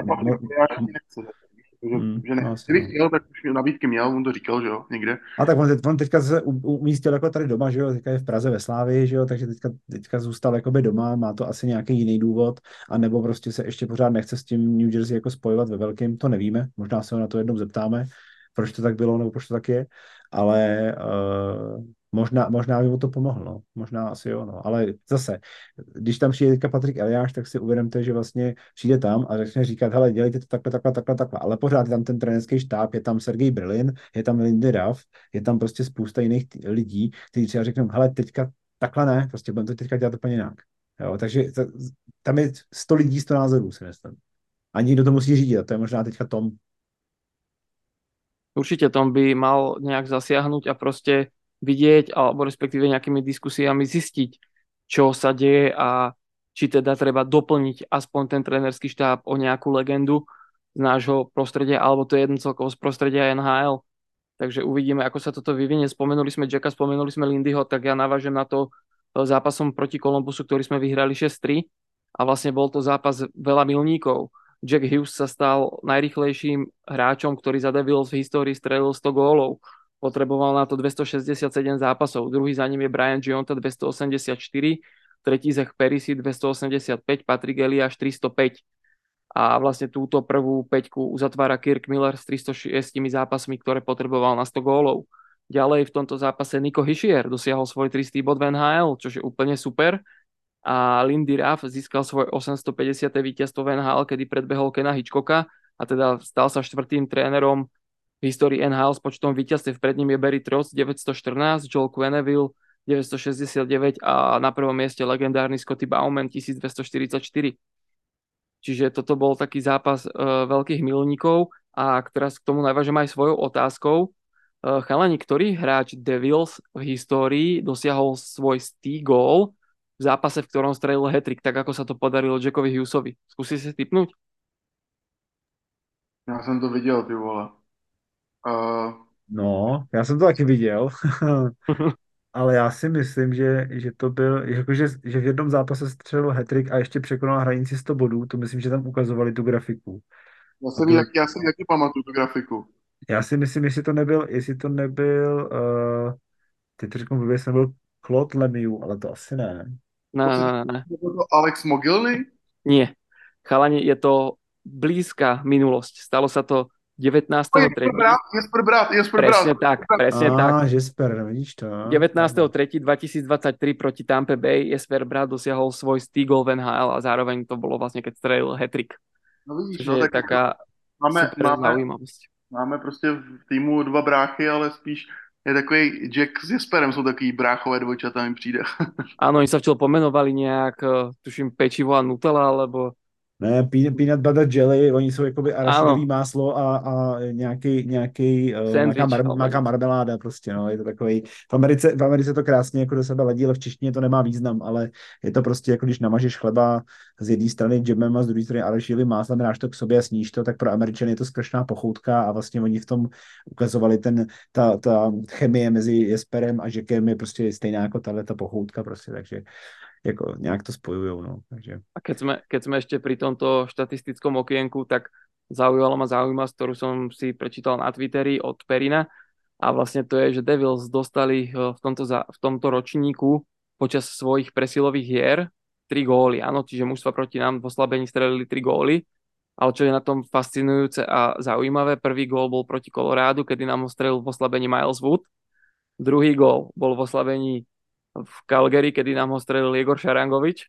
Kdybych chtěl, tak už nabídky měl, on to říkal, že jo, někde. A tak on teďka se umístil jako tady doma, že jo, teďka je v Praze ve Slávii, že jo, takže teďka zůstal jakoby doma, má to asi nějaký jiný důvod, anebo prostě se ještě pořád nechce s tím New Jersey jako spojovat ve velkým, to nevíme, možná se ho na to jednou zeptáme, proč to tak bylo, nebo proč to tak je, ale možná by mu to pomohlo, no. Možná asi jo, no. Ale zase, když tam přijde teďka Patrik Eliáš, tak si uvědomte, že vlastně přijde tam a začne říkat, hele, dělejte to takhle, ale pořád je tam ten trenerský štáb, je tam Sergej Brilin, je tam Lindy Ruff, je tam prostě spousta jiných lidí, kteří třeba řeknou, hele, teďka takhle ne, prostě budeme to teďka dělat úplně jinak. Jo, takže tam je 100 lidí, 100 názorů, si myslím. A nikdo to musí řídit, a to je možná teďka Tom. Určite Tom by mal nejak zasiahnuť a proste vidieť, alebo respektíve nejakými diskusiami zistiť, čo sa deje a či teda treba doplniť aspoň ten trénerský štáb o nejakú legendu z nášho prostredia, alebo to je jedno celkovo z prostredia NHL. Takže uvidíme, ako sa toto vyvinie. Spomenuli sme Jacka, spomenuli sme Lindyho, tak ja navážem na to zápasom proti Columbusu, ktorý sme vyhrali 6-3 a vlastne bol to zápas veľa milníkov. Jack Hughes sa stal najrýchlejším hráčom, ktorý za Devils v histórii strelil 100 gólov. Potreboval na to 267 zápasov. Druhý za ním je Brian Gionta 284, tretí Zach Perisi 285, Patrick Eliáš 305. A vlastne túto prvú peťku uzatvára Kirk Miller s 306 zápasmi, ktoré potreboval na 100 gólov. Ďalej v tomto zápase Nico Hischier dosiahol svoj 300. bod v NHL, čo je úplne super. A Lindy Ruff získal svoje 850. víťazstvo v NHL, kedy predbehol Kena Hitchcocka a teda stal sa štvrtým trénerom v histórii NHL s počtom víťazstiev. Pred ním je Barry Trotz 914, Joel Quenneville 969 a na prvom mieste legendárny Scotty Bowman 1244. Čiže toto bol taký zápas veľkých milníkov a teraz k tomu navážem aj svojou otázkou. Chalani, ktorý hráč Devils v histórii dosiahol svoj 100 gól v zápase, v ktorom strelil hat-trick, tak ako sa to podarilo Jackovi Hughesovi? Skúsi si tipnúť? Já jsem to viděl, ty vole. No, já jsem to taky viděl, ale já si myslím, že to byl, že v jednom zápase střelil hat-trick a ještě překonal hranici 100 bodů, to myslím, že tam ukazovali tu grafiku. Já jsem jaký pamatuju tu grafiku. Já si myslím, jestli to nebyl, teď to řeknu, jestli nebyl Claude Lemieux, ale to asi ne. Ne. Byl to Alex Mogilny? Nie. Chalani, je to blízka minulosť. Stalo sa to 19.3. Jesper Brát. Presne tak, presne tak. Jesper, no vidíš to. 19.3.2023 proti Tampa Bay Jesper Bratt dosiahol svoj 100 gól v NHL a zároveň to bolo vlastne, keď strelil hat-trick. No vidíš, Což no, je tak taká super zaujímavosť. Máme prostě v týmu dva bráchy, ale spíš je takový Jack s Jesperem, jsou takový bráchové dvojčata, mi přijde. Áno, oni sa včel pomenovali nejak, tuším, pečivo a Nutella, alebo Ne, peanut butter jelly, oni jsou jakoby arašidový Áno. máslo a nějaký Sandwich, nějaká marmeláda prostě, no, je to takový, v Americe to krásně jako do sebe ladí, ale v češtině to nemá význam, ale je to prostě jako když namažeš chleba z jedné strany džemem a z druhé strany arašidovým máslem, dáš to k sobě a sníš to, tak pro Američany je to strašná pochoutka a vlastně oni v tom ukazovali ta chemie mezi Jesperem a Jackem je prostě stejná jako ta pochoutka prostě, takže jako nějak to spojujou, no, takže. A keď sme ešte pri tomto štatistickom okienku, tak zaujala ma zaujímavosť, ktorú som si prečítal na Twitteri od Perina a vlastne to je, že Devils dostali v tomto ročníku počas svojich presilových hier 3 góly, áno, čiže mužstva proti nám v oslabení strelili 3 góly, ale čo je na tom fascinujúce a zaujímavé, prvý gól bol proti Colorádu, kedy nám ho strelil v oslabení Miles Wood, druhý gól bol v oslabení v Calgary, kedy nám ho strelil Igor Šarangovič.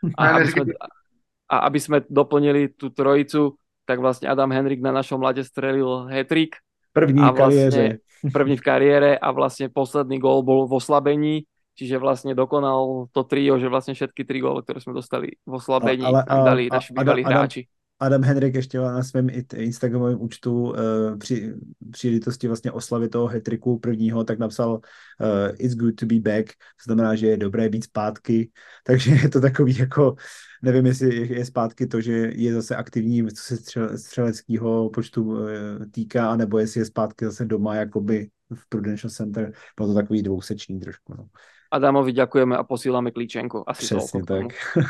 A aby sme doplnili tú trojicu, tak vlastne Adam Henrik na našom lade strelil hat-trick. První v kariére. První v kariére a vlastne posledný gól bol v oslabení, čiže vlastne dokonal to trio, že vlastne všetky 3 góly, ktoré sme dostali v oslabení, dali naši bývalí hráči. Adam Henrik ještě na svém Instagramovém účtu při příležitosti vlastně oslavy toho hat-tricku prvního, tak napsal it's good to be back, to znamená, že je dobré být zpátky, takže je to takový jako, nevím, jestli je zpátky to, že je zase aktivní, co se střeleckého počtu týká, anebo jestli je zpátky zase doma, jakoby v Prudential Center, bylo to takový dvousečný trošku. No. Adamovi ďakujeme a posíláme klíčenko. Asi přesně tak.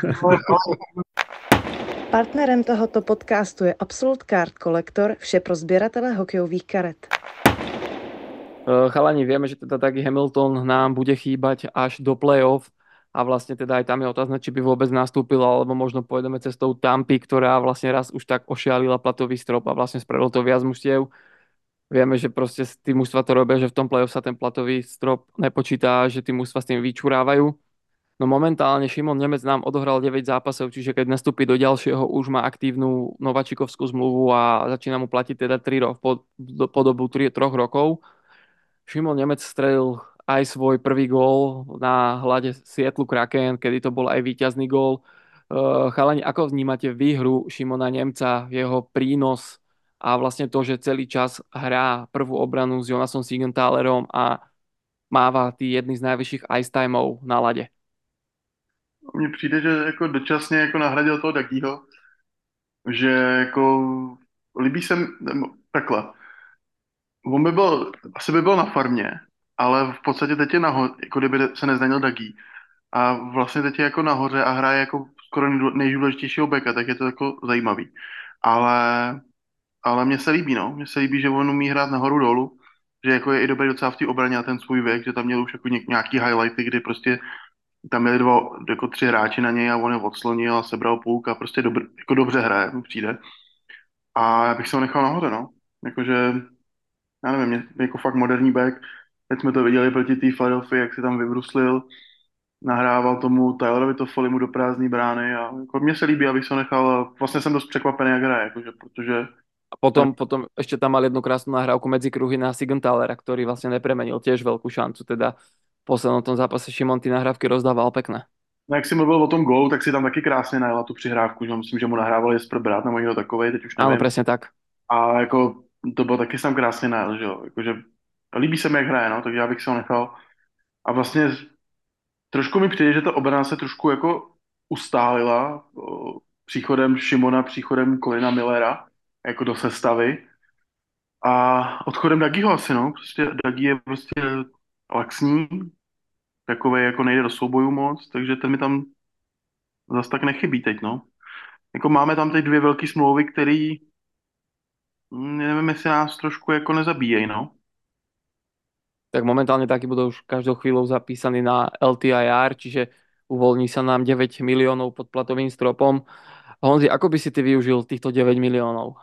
Partnerem tohoto podcastu je Absolute Card Collector, vše pro sběratele hokejových karet. Chalani, vieme, že teda taký Hamilton nám bude chýbať až do play-off a vlastne teda aj tam je otázne, či by vôbec nastúpil, alebo možno pôjdeme cestou Tampy, ktorá vlastne raz už tak ošialila platový strop a vlastne spravilo to viac mužstiev. Vieme, že proste tí mužstva to robia, že v tom play-off sa ten platový strop nepočítá, že tí mužstva s tým vyčurávajú. No momentálne Šimon Nemec nám odohral 9 zápasov, čiže keď nastúpi do ďalšieho, už má aktívnu nováčikovskú zmluvu a začína mu platiť teda po dobu 3 rokov. Šimon Nemec strelil aj svoj prvý gól na hlade Seattle Kraken, kedy to bol aj víťazný gól. Chalani, ako vnímate výhru Šimona Nemca, jeho prínos a vlastne to, že celý čas hrá prvú obranu s Jonasom Siegenthalerom a máva tí jedny z najvyšších ice timeov na lade? Mně přijde, že jako dočasně jako nahradil toho Dagího, že jako líbí se takhle. On asi by byl na farmě, ale v podstatě teď je nahoře, jako kdyby se nezdanil Dagí. A vlastně teď je jako nahoře a hraje jako skoro nejdůležitějšího beka, tak je to jako zajímavý. Ale mně se líbí, no. Mně se líbí, že on umí hrát nahoru dolů, že jako je i dobrý docela v té obraně na ten svůj věk, že tam měl už jako nějaký highlighty, kdy prostě tam měli jako 3 hráči na něj a on je odslonil a sebral půlka a prostě jako dobře hraje, mi přijde. A já bych se ho nechal nahoře, no. Jakože, já nevím, jako fakt moderní back. Teď jsme to viděli proti té Philadelphii, jak si tam vybruslil, nahrával tomu Tylerovi Toffolimu do prázdné brány a jako mně se líbí, abych se ho nechal, a vlastně jsem dost překvapený, jak hraje, jakože, protože a potom ešte tam mal jednu krásnu nahrávku medzi kruhy na Siegenthalera, ktorý vlastne nepremenil tiež veľkú šancu, teda v poslednom tom zápase Šimon ty nahrávky rozdával pekné. No jak si mluvil o tom gólu, tak si tam taky krásně najela tu přihrávku, že myslím, že mu nahrával Jesper Brát nebo někdo takovej, teď už nevím. Áno, presne tak. A jako to bylo taky sam krásně najel, že jo, jakože líbí se mi, jak hraje, no, takže já bych se ho nechal. A vlastně trošku mi přijde, že ta obrana se trošku jako ustálila příchodem Šimona, příchodem Colina Millera, jako do sestavy. A odchodem Dagiho asi, no. Prostě Dagi je prostě laxní, takovej jako nejde do soubojů moc, takže ten mi tam zase tak nechybí teď, no. Jako máme tam teď 2 velké smlouvy, které nevím, jestli nás trošku jako nezabíjejí, no. Tak momentálne takí budú už každou chvíľou zapísaní na LTIR, čiže uvoľní sa nám 9 miliónov pod platovým stropom. Honzi, ako by si ty využil týchto 9 miliónov?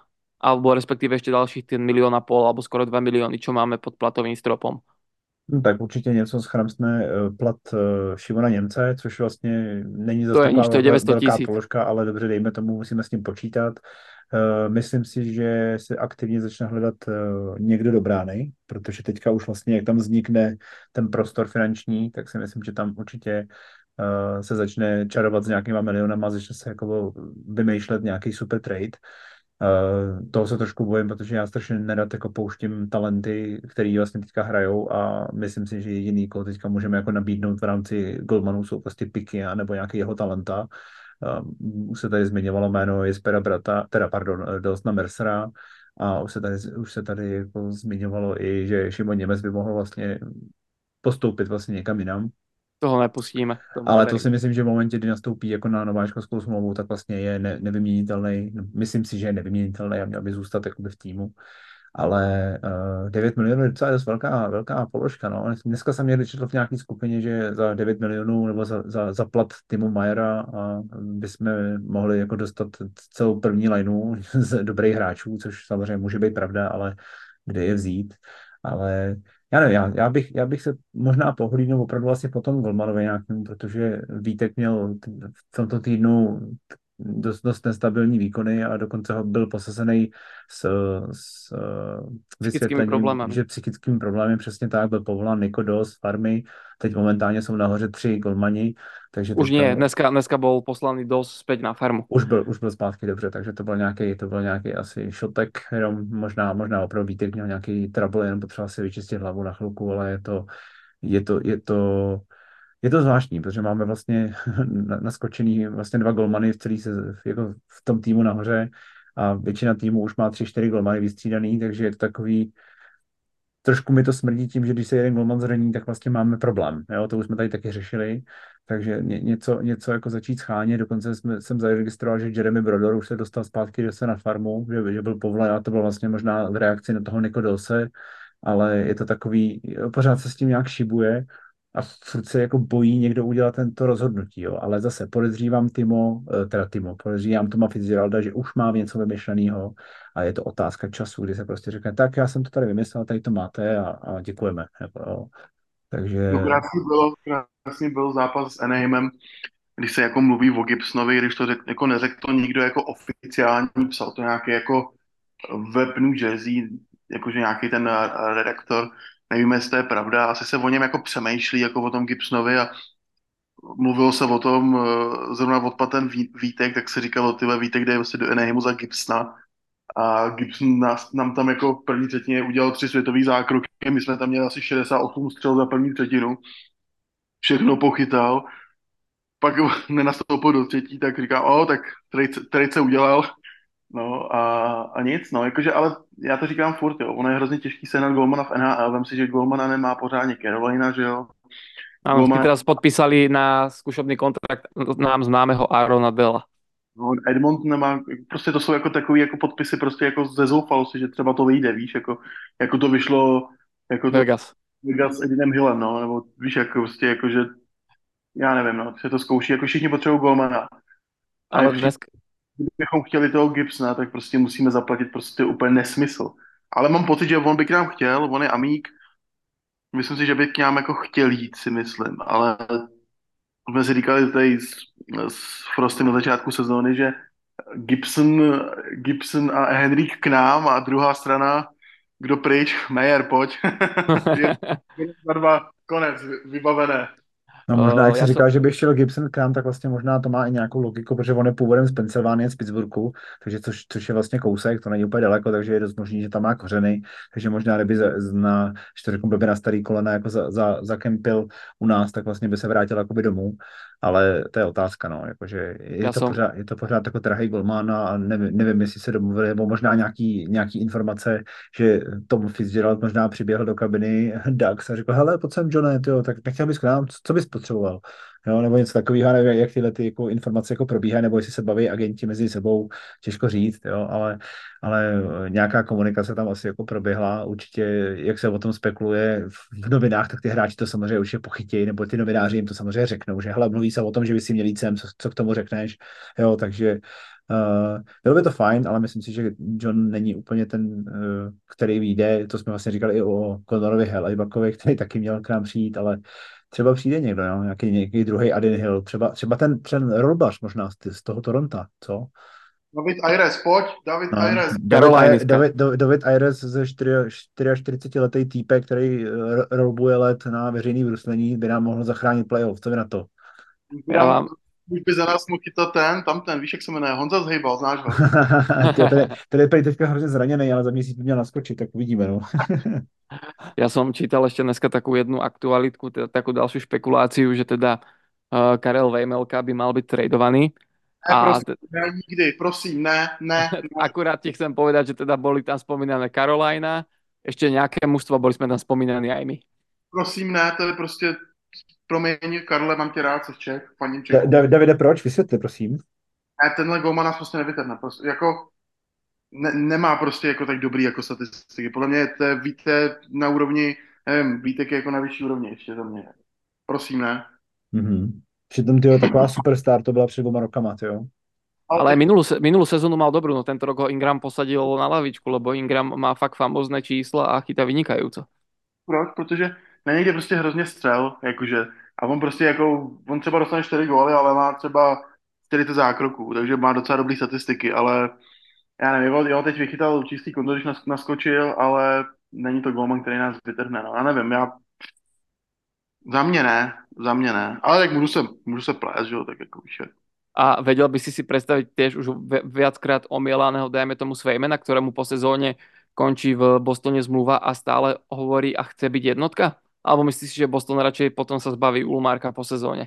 alebo respektíve ešte ďalších ten 1,5 milióna alebo skoro 2 milióny, čo máme pod platovým stropom. No, tak určitě něco schramstne plat Šimona Němce, což vlastně není To zase je nič, to taková je 900 velká 000. položka, ale dobře, dejme tomu, musíme s tím počítat. Myslím si, že se aktivně začne hledat někdo do brány, protože teďka už vlastně, jak tam vznikne ten prostor finanční, tak si myslím, že tam určitě se začne čarovat s nějakýma milionama, začne se jako vymýšlet nějaký super trade. Toho se trošku bojím, protože já strašně nerad jako pouštím talenty, který vlastně teďka hrajou a myslím si, že jediný, koho teďka můžeme jako nabídnout v rámci Goldmanů jsou prostě Piky nebo nějaký jeho talenta. Už se tady zmiňovalo jméno Jespera Brata, teda pardon, Dawsona Mercera a už se tady jako zmiňovalo i, že Šimon Němec by mohl vlastně postoupit vlastně někam jinam. Toho nepustíme. Ale to si myslím, že v momentě, kdy nastoupí jako na nováčkovskou smlouvu, tak vlastně je nevyměnitelný. Myslím si, že je nevyměnitelný a měl by zůstat jakoby v týmu. Ale 9 milionů je docela dost velká položka. No. Dneska jsem někdy četl v nějaké skupině, že za 9 milionů nebo za plat Timo Mayera bychom mohli jako dostat celou první lineu z dobrých hráčů, což samozřejmě může být pravda, ale kde je vzít. Ale já nevím, já bych se možná pohlídnul opravdu vlastně po tom Golmanovi nějakým, protože Vítek měl v tomto týdnu dost nestabilní výkony a dokonce ho byl posazený s vysvětlením, že psychickým problémem přesně tak, byl povolán Nico Doss z farmy, teď momentálně jsou nahoře 3 golmani, takže už nie, dneska bol poslaný Doss späť na farmu. Už byl zpátky dobře, takže to byl nějaký asi šotek, jenom možná opravdu Vítek měl nějaký trouble, jenom potřeba si vyčistit hlavu na chvilku, ale je to zvláštní, protože máme vlastně naskočený vlastně 2 golmany jako v tom týmu nahoře a většina týmu už má 3-4 golmany vystřídaný, takže je to takový, trošku mi to smrdí tím, že když se jeden golman zraní, tak vlastně máme problém. Jo? To už jsme tady taky řešili, takže něco jako začít schánět. Dokonce jsem zaregistroval, že Jeremy Brodor už se dostal zpátky zase na farmu, že byl povolen a to bylo vlastně možná v reakci na toho Nico Dose, ale je to takový, pořád se s tím nějak šibuje a furt se jako bojí někdo udělat tento rozhodnutí, jo. Ale zase podezřívám podezřívám Toma Fitzgeralda, že už má něco vymyšleného a je to otázka času, kdy se prostě řekne, tak já jsem to tady vymyslel, tady to máte a děkujeme. Jako, jo. Takže... No, krásný byl zápas s Anaheimem, když se jako mluví o Gibsonovi, když to jako neřekl to nikdo jako oficiální, psal to nějaký jako web New Jersey, jakože nějaký ten redaktor, nevíme, jestli to je pravda, asi se o něm jako přemýšlí, jako o tom Gibsonovi a mluvilo se o tom, zrovna odpad ten Vítek, tak se říkalo, tyhle Vítek jde vlastně do Anaheimu za Gibsona a Gibson nám tam jako v první třetině udělal 3 světový zákroky, my jsme tam měli asi 68 střel za první třetinu, všechno pochytal, pak nenastoupil do třetí, tak říká, tak trade se udělal, no a nic, no, jakože, ale já to říkám furt, jo, ono je hrozně těžký sehnat golmana v NHL, vem si, že golmana nemá pořádně Carolina, že jo. Áno, teraz podpísali na zkušobný kontrakt nám známeho Aarona Bella. No, Edmond nemá, prostě to jsou jako takový jako podpisy prostě jako ze zoufalosti, že třeba to vyjde, víš, jako to vyšlo jako Vegas s Edinem Hillem, no, nebo víš, jako prostě jako, že já nevím, no, se to zkouší, jako všichni potřebují golmana. Ale dneska... Kdybychom chtěli toho Gibsona, tak prostě musíme zaplatit prostě úplně nesmysl. Ale mám pocit, že on by k nám chtěl, on je amík, myslím si, že by k nám jako chtěl jít, si myslím, ale jsme si říkali tady s Frostem na začátku sezóny, že Gibson a Henrik k nám a druhá strana, kdo pryč, Meyer, pojď. Je 2, konec, vybavené. No možná, jak jsi říkal, že by šel Gibson k nám, tak vlastně možná to má i nějakou logiku, protože on je původem z Pensylvánie, z Pittsburghu, takže což je vlastně kousek, to není úplně daleko, takže je dost možný, že tam má kořeny, takže možná kdyby by na starý kolena jako zakempil u nás, tak vlastně by se vrátil jakoby domů, ale to je otázka, no, jakože je to pořád jako drahý golman a nevím, jestli se domluvili, nebo možná nějaký informace, že Tom Fitzgerald možná přiběhl do kabiny Ducks a řekl, hele, pojď sem, Johne, tyjo, tak nechtěl bys k nám, co potřeboval. Jo, nebo něco takového, nevím, jak tyhle ty jako informace jako probíhají, nebo jestli se baví agenti mezi sebou, těžko říct, jo, ale nějaká komunikace tam asi jako proběhla. Určitě, jak se o tom spekuluje v novinách, tak ty hráči to samozřejmě určitě pochytějí, nebo ty novináři jim to samozřejmě řeknou, že hele, mluví se o tom, že by si měl jít sem, co k tomu řekneš, jo, takže bylo by to fajn, ale myslím si, že John není úplně ten, který vyjde. To jsme vlastně říkali i o Conorovi Hellebuckovi, který taky měl k nám přijít, ale třeba přijde někdo, no? Nějaký druhý Adin Hill, třeba ten Rolbař možná z toho Toronta, co? David Ayres, pojď, David No, Ayres. David Ayres ze 44-letý týpek, který rolbuje let na veřejný bruslení, by nám mohl zachránit playoff. Co vy na to? Ja vám... Už by za nás mohl chytat ten, víš, jak se jmenuje, Honza Zhejbal, znáš ho? Ten je prý teďka hrozně zraněný, ale za měsíc by měl naskočit, tak uvidíme, no. Ja som čítal ešte dneska takú jednu aktualitku, teda takú ďalšiu špekuláciu, že teda Karel Vejmelka by mal byť tradovaný. Ne, prosím, ne, nikdy, prosím, ne. Akurát ti chcem povedať, že teda boli tam spomínané Carolina, ešte nejaké mužstva, boli sme tam spomínaní aj my. Prosím, ne, to je prostě, promiň, Karle, mám tě rád, jsi Čech, faním Čechu. Davide, proč? Vysvětli, prosím. Ne, tenhle golman nás prostě nevytrhne, prostě, jako nemá prostě jako tak dobrý jako statistiky. Podle mě to je, víte, na úrovni, nevím, Vítek je jako na vyšší úrovni ještě za mě. Prosím, ne. Mm-hmm. Přitom, tyjo, taková superstar to byla před 2 rokama, tyjo. Ale aj minulú sezónu mal dobrú, no tento rok ho Ingram posadil na lavičku, lebo Ingram má fakt famózne čísla a chytá vynikajúco. Proč? Protože na někde prostě hrozně střel, jakože, a on prostě jako, on třeba dostane 4 góly, ale má třeba 40 zákroků, takže má docela dobrý statistiky, ale já nevím, jo, teď vychytal čistý konto, když naskočil, ale není to golman, který nás vytrhne, no. Já nevím, za mě ne, ale tak můžu se plést, že jo, tak jako víš. A vedel by si predstaviť tiež už viackrát omielaného, dajme tomu Svejmena, ktorému po sezóne končí v Bostone zmluva a stále hovorí a chce byť jednotka? Alebo myslíš si, že Boston radšej potom sa zbaví Ulmarka po sezóne?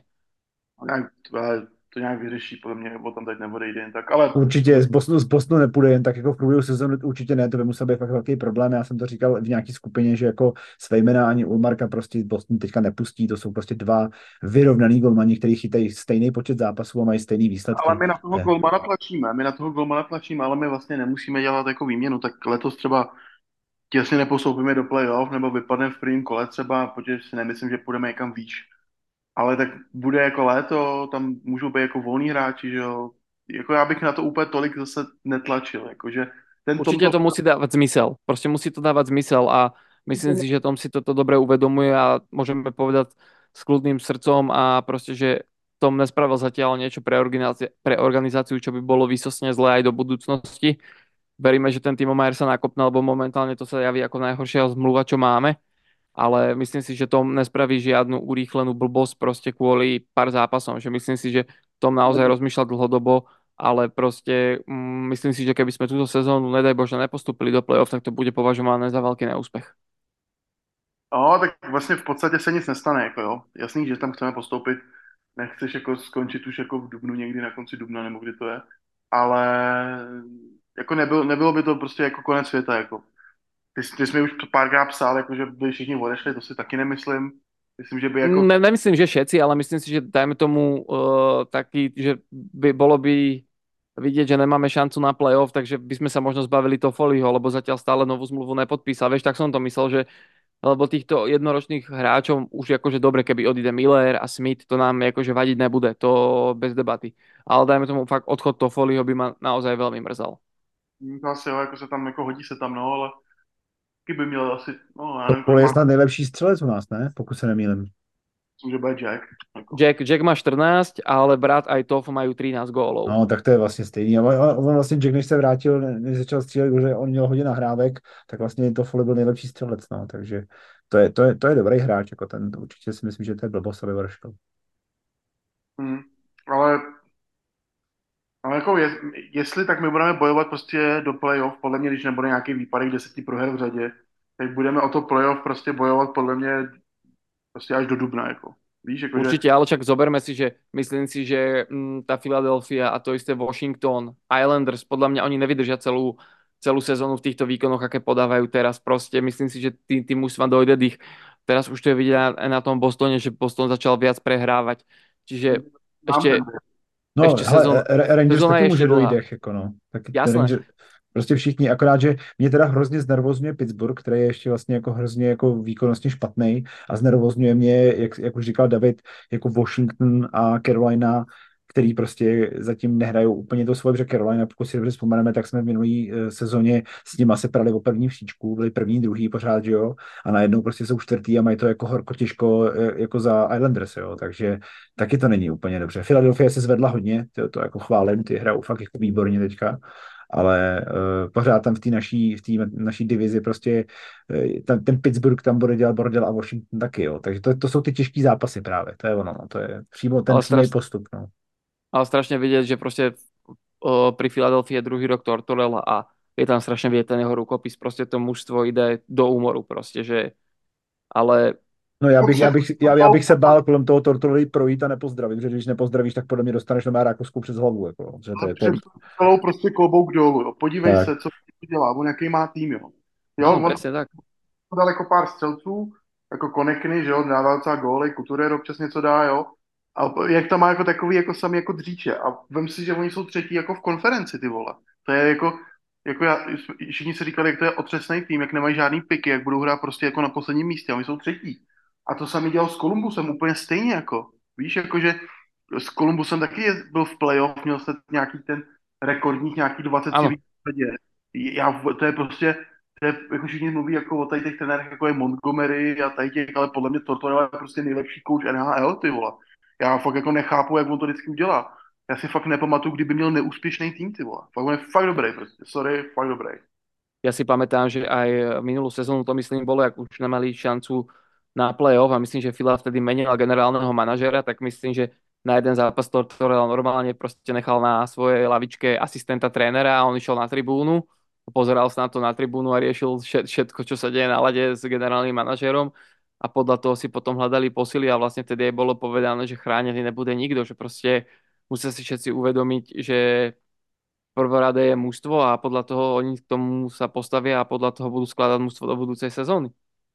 To nějak vyřeší, podle mě, nebo tam teď neodejde jen tak, ale... Určitě z Bostonu nepůjde jen tak jako v průběhu sezóny, určitě ne, to by musel být fakt velký problém. Já jsem to říkal v nějaké skupině, že jako Svejmena ani Ulmarka prostě Boston teďka nepustí, to jsou prostě dva vyrovnaný golmani, kteří chytají stejný počet zápasů a mají stejný výsledky. Ale my na toho golmana tlačíme, ale my vlastně nemusíme dělat jako výměnu, tak letos třeba těsně nepostoupíme do playoff, nebo vypadneme v prvním kole třeba, protože si nemyslím, že půjdeme někam výš. Ale tak bude jako léto, tam můžou být jako volní hráči, že jo. Jako já bych na to úplně tolik zase netlačil, jakože Určite to musí dávať zmysel. Proste musí to dávať zmysel a myslím si, že Tom si toto dobre uvedomuje a môžeme povedať s kľudným srdcom a proste, že Tom nespravil zatiaľ niečo pre organizáciu, čo by bolo výsostne zlé aj do budúcnosti. Veríme, že ten Timo Meier sa nakopne, lebo momentálne to sa javí ako najhoršia zmluva, čo máme. Ale myslím si, že Tom nespraví žiadnu urýchlenú blbosť proste kvôli pár zápasom. Že myslím si, že Tom naozaj rozmýšľa dlhodobo, ale proste myslím si, že keby sme túto sezónu, nedaj Bože, nepostupili do play-off, tak to bude považované za veľký neúspech. No, tak vlastně v podstatě se nic nestane, jako jo. Jasný, že tam chceme postoupit, nechceš jako skončit už jako v dubnu, někdy na konci dubna, nebo kdy to je, ale jako nebylo by to prostě jako konec světa, jako. Ty jsi mi už párkrát psal, jako, že by všichni odešli, to si taky nemyslím. Myslím, že by jako... Nemyslím, že všetci, ale myslím si, že dajme tomu taký, že bolo by vidieť, že nemáme šancu na playoff, takže by sme sa možno zbavili Toffoliho, lebo zatiaľ stále novú zmluvu nepodpísal. Vieš, tak som to myslel, že lebo týchto jednoročných hráčov už akože dobre, keby odíde Miller a Smith, to nám akože vadiť nebude, to bez debaty. Ale dajme tomu fakt odchod Toffoliho by ma naozaj veľmi mrzal. Asi jo, jako se tam, jako hodí se tam, no, ale by měl asi, no, já nevím, Toffoli je snad nejlepší střelec u nás, ne? Pokud se nemýlim. Myslím, že bude Jack. Jako. Jack má 14, ale brat aj Toff majú 13 gólov. No, tak to je vlastně stejný. On vlastně Jack, než se vrátil, než začal střílet, že on měl hodně nahrávek, tak vlastně Toffoli byl nejlepší střelec, no, takže to je dobrý hráč, jako ten, určitě si myslím, že to je blbost, aby vrškal. Ale jako jestli tak my budeme bojovat prostě do playoff, podle mě, když nebude nějaký výpadek 10 proher v řadě, tak budeme o to playoff prostě bojovat podle mě prostě až do dubna, jako. Víš, jako určite, ale však zoberme si, že myslím si, že tá Philadelphia a to isté Washington, Islanders, podľa mňa oni nevydržia celú sezónu v týchto výkonoch, aké podávajú teraz. Proste myslím si, že tým mužstvom dojde dých. teraz už to je vidieť aj na tom Bostone, že Boston začal viac prehrávať. Čiže Mám ten ešte, boj. No, ešte hele, Rangers sezóna taky je ešte může dojít, dlhá. jako no. Tak ten Jasné. Rangers, prostě všichni, akorát, že mě teda hrozně znervozňuje Pittsburgh, který je ještě vlastně jako hrozně jako výkonnostně špatný a znervozňuje mě, jak už říkal David, jako Washington a Carolina, který prostě zatím nehrajou úplně to svoje, protože Carolina, pokud si dobře vzpomeneme, tak jsme v minulý sezóně s nima se prali o první příčku, byli první, druhý pořád, že jo, a najednou prostě jsou čtvrtý a mají to jako horko těžko jako za Islanders, jo, takže taky to není úplně dobře. Philadelphia se zvedla hodně, to jako chválím, ty hrajou fakt jako výborně teďka, ale pořád tam v té naší divizi prostě ten Pittsburgh tam bude dělat bordel a Washington taky, jo. Takže to jsou ty těžký zápasy právě, to je ono, no. To je přímo ten přímý postup, no. Ale strašne vidieť, že proste pri Filadelfii je druhý rok Tortorella a je tam strašne vidieť ten jeho rukopis, proste to mužstvo ide do úmoru proste, že ale No já bych se bál kolem toho Tortorelli projít a nepozdravit, že když nepozdravíš, tak podle mě dostaneš normálně rákoskou přes hlavu, jako, že to je Celou prostě klobouk dolů, jo. Podívej tak. se, co dělá, on jaký má tým, jo. no, On presne tak. dal jako pár střelců, jako Konekny, že jo, dával docela góly, Couturier občas něco dá, jo. A jak tam má jako takový jako sami jako dříče. A vem si, že oni jsou třetí jako v konferenci, ty vole. To je jako všichni si říkali, jak to je otřesný tým, jak nemají žádný piky, jak budou hrát prostě jako na posledním místě, a oni jsou třetí. A to sami dělal s Columbusem úplně stejně jako. Víš, jakože s Columbusem taky byl v playoff, měl se nějaký ten rekordních nějaký 23 výsledě. To je prostě, to je, jako všichni mluví jako o tady těch trenérech, jako je Montgomery a tady těch, ale podle mě Tortorella je prostě nejlepší coach NHL, ty vole. Já fakt jako nechápu, jak on to vždycky udělá. Já si fakt nepamatuju, kdyby měl neúspěšný tým, ty vole. Fakt on je fakt dobrý, prostě. Sorry, fakt dobrý. Ja si pamätám, že aj minulú sezónu to myslím bolo, ak už nemali šancu na play-off a myslím, že Fila vtedy menila generálneho manažera, tak myslím, že na jeden zápas Tortorella normálne proste nechal na svojej lavičke asistenta trénera a on išiel na tribúnu, pozeral sa na to na tribúnu a riešil všetko, čo sa deje na lade s generálnym manažerom a podľa toho si potom hľadali posily a vlastne vtedy aj bolo povedané, že chránený nebude nikto, že proste musia si všetci uvedomiť, že prvoradé je mužstvo a podľa toho oni k tomu sa postavia a podľa toho budú skladať mužstvo do budúcej sezóny.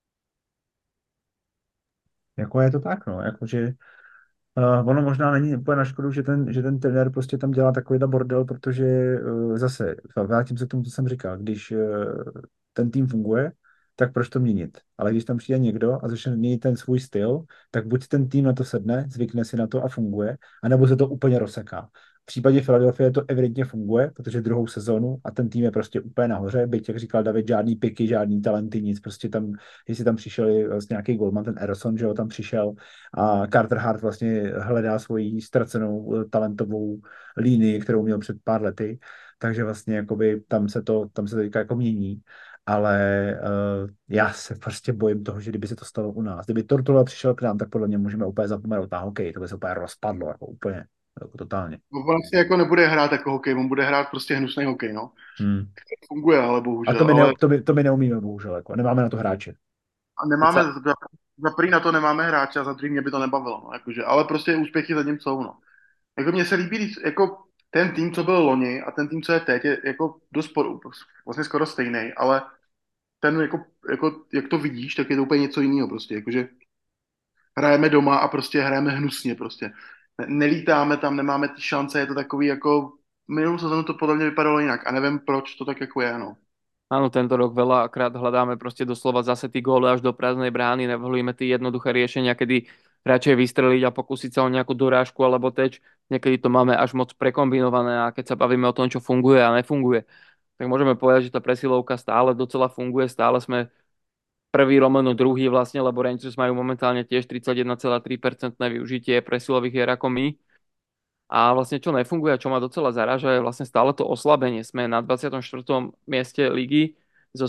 Jako je to tak, no, jakože ono možná není úplně na škodu, že ten trenér prostě tam dělá takovýhle bordel, protože zase, vrátím se k tomu, co jsem říkal, když ten tým funguje, tak proč to měnit? Ale když tam přijde někdo a začne měnit ten svůj styl, tak buď ten tým na to sedne, zvykne si na to a funguje, anebo se to úplně rozseká. V případě Philadelphia to evidentně funguje, protože druhou sezonu a ten tým je prostě úplně nahoře, byť, jak říkal David, žádný piky, žádný talenty, nic, prostě tam, jestli tam přišel vlastně nějaký golman, ten Emerson, že jo, tam přišel a Carter Hart vlastně hledá svoji ztracenou talentovou línii, kterou měl před pár lety, takže vlastně jakoby tam se to teďka jako mění, ale já se prostě bojím toho, že kdyby se to stalo u nás, kdyby Tortola přišel k nám, tak podle mě můžeme úplně zapomenout na hokej, to by se úplně rozpadlo, jako úplně. Jako totálně. On vlastně jako nebude hrát jako hokej, on bude hrát prostě hnusný hokej, no. Funguje, ale bohužel. A to my neumíme, bohužel, jako nemáme na to hráče. A nemáme, za první na to nemáme hráče a za druhý mě by to nebavilo, no, jakože, ale prostě úspěchy za ním jsou, no. Jako mně se líbí, jako ten tým, co byl loni a ten tým, co je teď, je jako dost vlastně skoro stejný, ale ten jako, jak to vidíš, tak je to úplně něco jiného prostě, jakože hrajeme doma a prostě hrajeme hnusně prostě. Nelítáme tam, nemáme ty šance, je to takový jako, minulou sezónu to podle mě vypadalo jinak a nevím, proč to tak jako je, no. Áno, tento rok veľakrát hľadáme proste doslova zase tí góly až do prázdnej brány, nevolíme tie jednoduché riešenia, kedy radšej vystreliť a pokúsiť sa o nejakú dorážku alebo teč. Niekedy to máme až moc prekombinované a keď sa bavíme o tom, čo funguje a nefunguje, tak môžeme povedať, že tá presilovka stále docela funguje, stále sme prvý lomeno druhý vlastne, lebo Rangers majú momentálne tiež 31,3% využitie presilových hier ako my. A vlastne čo nefunguje a čo ma docela zaráža je vlastne stále to oslabenie. Sme na 24. mieste ligy so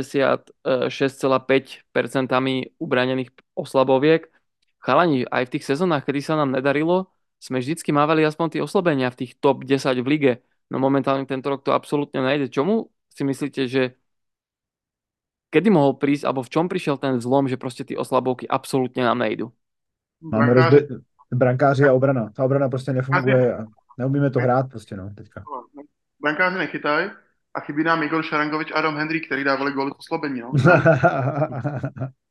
76,5% ubranených oslaboviek. Chalani, aj v tých sezónach, kedy sa nám nedarilo, sme vždycky mávali aspoň tie oslabenia v tých top 10 v lige. No momentálne tento rok to absolútne nejde. Čomu si myslíte, že kedy mohol prísť, alebo v čom prišiel ten zlom, že proste tie oslabovky absolútne nám nejdu? Máme brankáři a obrana. Ta obrana prostě nefunguje a neumíme to hrát prostě, no, teďka. Brankáři nechytají a chybí nám Igor Šarangovič a Adam Henry, který dávali góly z oslabení, no.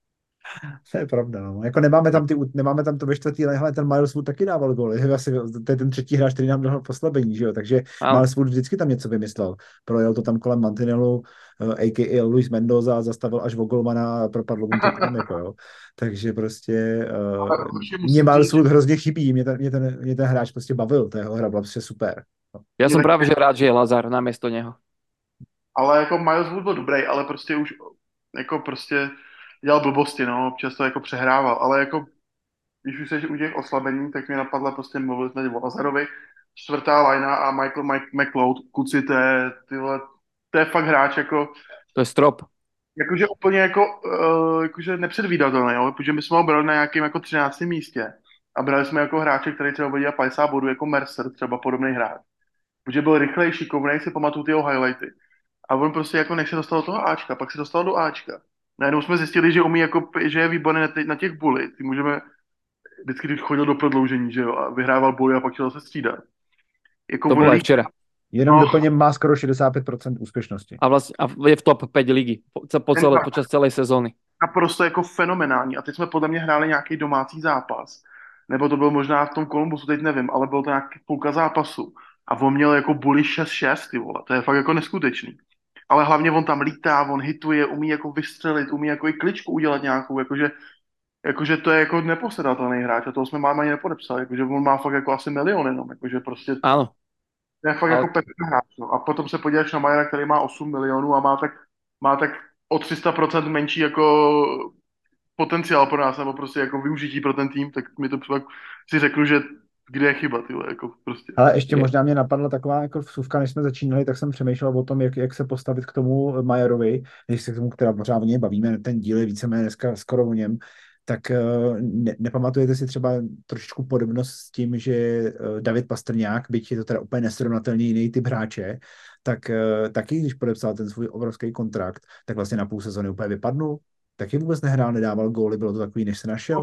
To je pravda, no. Jako nemáme tam to ve čtvrtý, ale ten Miles Wood taky dával góly. Asi, to je ten třetí hráč, který nám dal poslabení, že jo? Takže Áno, Miles Wood vždycky tam něco vymyslel. Projel to tam kolem mantinelu, a.k.a. Luis Mendoza, zastavil až Vogelmana a propadl mu to tam, jako jo. Takže prostě Ale určitě mě musím Miles říct, Wood hrozně chybí, mě ten hráč prostě bavil, ta jeho hra byla prostě super. ja že som tak, práve že rád, že je Lazar namiesto neho. ale jako Miles Wood byl dobrý, ale prostě už jako prostě dělal blbosti, no, občas to jako přehrával, ale jako když už jsi u těch oslabení, tak mě napadla prostě mluvit jsme o Lazarovi, čtvrtá lajna a Michael McLeod, kuci, ty vole, to je fakt hráč, jako, To je strop. jakože úplně jako, jakože nepředvídatelný, jo, protože my jsme ho brali na nějakém jako 13. místě a brali jsme jako hráče, který třeba bude dělat 50 bodů, jako Mercer, třeba podobný hráč, protože byl rychlej, šikovnej, si pamatuju ty jeho highlighty. A on prostě jako než se dostal do toho Ačka, pak se dostal do Ačka. Najednou jsme zjistili, že umí jako, že je výborný na těch bully. Ty můžeme, vždycky, když chodil do prodloužení, že jo, a vyhrával boly a pak chtěl se střídat. Jako To on bolo aj včera. Jenom no, doplně má skoro 65% úspěšnosti. A je v top 5 ligy počas celej sezóny. naprosto jako fenomenální. A teď jsme podle mě hráli nějaký domácí zápas. Nebo to byl možná v tom Kolumbusu, teď nevím, ale byl to nějaký půlka zápasu. A on měl jako bully 6-6, ty vole. To je fakt jako neskutečný. Ale hlavně on tam lítá, on hituje, umí jako vystřelit, umí jako i kličku udělat nějakou, jakože to je jako neposedatelný hráč a toho jsme máma ani nepodepsali, jakože on má fakt jako asi milion jenom, jakože prostě Áno, to je fakt ale jako pekný hráč, no. A potom se podíváš na Majera, který má 8 milionů a má tak o 300% menší jako potenciál pro nás, nebo prostě jako využití pro ten tým, tak mi to fakt si řeknu, že kde je chyba, tyhle, jako prostě. Ale ještě je, možná mě napadla taková jako vsuvka, než jsme začínali, tak jsem přemýšlel o tom, jak se postavit k tomu Majerovi, když se k tomu, která pořád o něj bavíme, ten díl je víceméně dneska skoro o něm, tak nepamatujete si třeba trošičku podobnost s tím, že David Pastrňák, byť je to teda úplně nesrovnatelně jiný typ hráče, tak taky, když podepsal ten svůj obrovský kontrakt, tak vlastně na půl sezóny úplně vypadnul, taky vůbec nehrál, nedával góly, bylo to takový, než se On našel.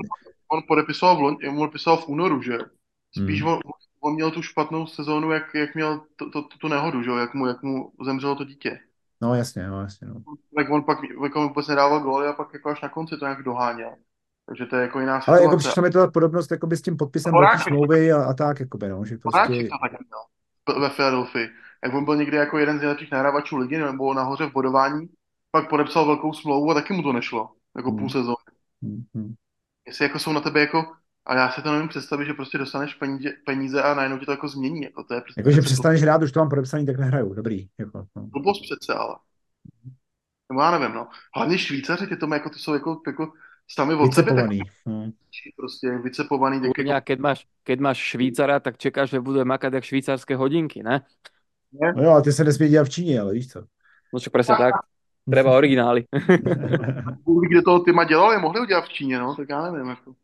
podepisoval v únoru, že? Spíš Hmm. on měl tu špatnou sezónu, jak měl tu nehodu, že? Jak mu zemřelo to dítě. No jasně, no. Tak on pak jako vůbec nedával góly a pak jako až na konci to nějak doháněl. Takže to je jako jiná Ale jako situace. přišlo mi to podobnost jakoby s tím podpisem velké Horáček, smlouvy a tak, jakoby, no, že Horáček prostě, to taky měl ve Philadelphii. Jak on byl někdy jako jeden z nejlepších nahrávačů ligy nebo nahoře v bodování, pak podepsal velkou smlouvu a taky mu to nešlo, jako půl hm, sezóny. hm. Jestli jako jsou na tebe jako, a já si to nevím představit, že prostě dostaneš peníze a najednou ti to jako změní, jako to je Jakože přece přestaneš hrát, už to mám podepsaný, tak nehraju, dobrý, jako, no. blbost přece, ale. Nebo já nevím, no. Hlavně Švýcaři, ty jsou jako sami od sebe tak Vycepovaný. prostě vycepovaný, tak ľudia, jako, keď máš Švýcara, tak čekáš, že bude makať jak švýcarské hodinky, ne? ne? No jo, a ty se nesmí dělat v Číně, ale víš co. No čo presne tak. Treba originály. Bůh ví, kde toho Tyma dělali, mohli udělat v Číně, no, tak já nevím, jako.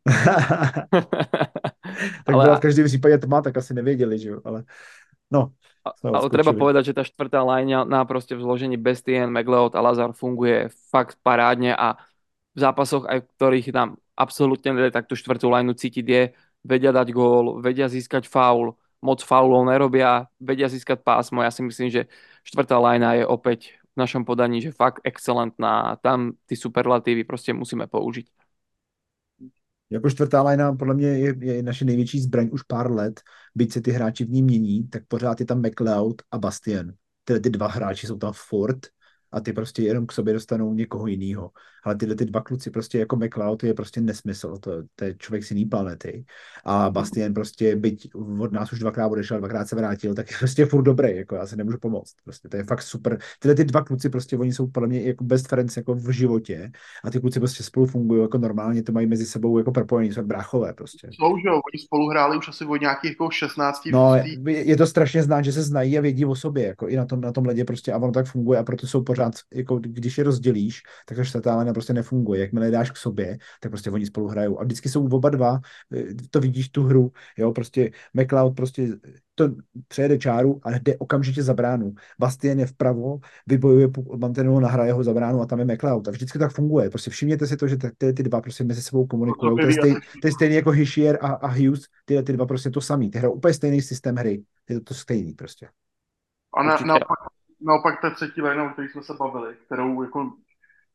Tak ale, byla v každém případě tma, tak asi nevěděli, že jo, ale no, jsme ale treba odskočili. povedať, že tá štvrtá line na proste v zložení Bestien, McLeod a Lazar funguje fakt parádne a v zápasoch, aj v ktorých tam absolútne nedali, tak tú štvrtú lineu cítiť je, vedia dať gól, vedia získať faul, moc faulov nerobia, vedia získať pásmo. Ja si myslím, že štvrtá linea je opäť v našom podaní, že fakt excelentná. Tam ty superlatívy proste musíme použiť. Jako čtvrtá linea podle mě je naše největší zbraň už pár let, byť se ty hráči v ní mění, tak pořád je tam McLeod a Bastien. Ty dva hráči jsou tam furt a ty prostě jenom k sobě dostanou někoho jiného. Ale tyhle ty dva kluci prostě jako McLeod je prostě nesmysl, to je člověk z jiný planety. A Bastien prostě, byť od nás už dvakrát odešel, dvakrát se vrátil, tak je prostě furt dobrý, jako já se nemůžu pomoct. Prostě to je fakt super. Tyhle ty dva kluci prostě, oni jsou podle mě jako best friends jako v životě a ty kluci prostě spolu fungují jako normálně, to mají mezi sebou jako propojení, jsou jak bráchové prostě. Jsou, že jo, oni spolu hráli už asi od nějakých jako 16 No, je to strašně znát, že se znají a vědí o sobě, jako i na tom ledě prostě a ono tak funguje a proto jsou pořád, jako když je rozdělíš, tak ta čtvrtá linea prostě nefunguje. Jakmile je dáš k sobě, tak prostě oni spolu hrajou a vždycky jsou oba dva, to vidíš tu hru, jo, prostě McLeod prostě to přejede čáru a jde okamžitě za bránu. Bastien je vpravo, vybojuje mantinelu, nahraje ho za bránu a tam je McLeod. A vždycky tak funguje. Prostě všimněte si to, že ty dva prostě mezi sebou komunikují. To je stejný jako Hischier a Hughes, ty dva prostě to samý. Ty hrajou úplně stejný systém hry. Je to stejný prostě. A naopak ta třetí linea, o které jsme se bavili, kterou jako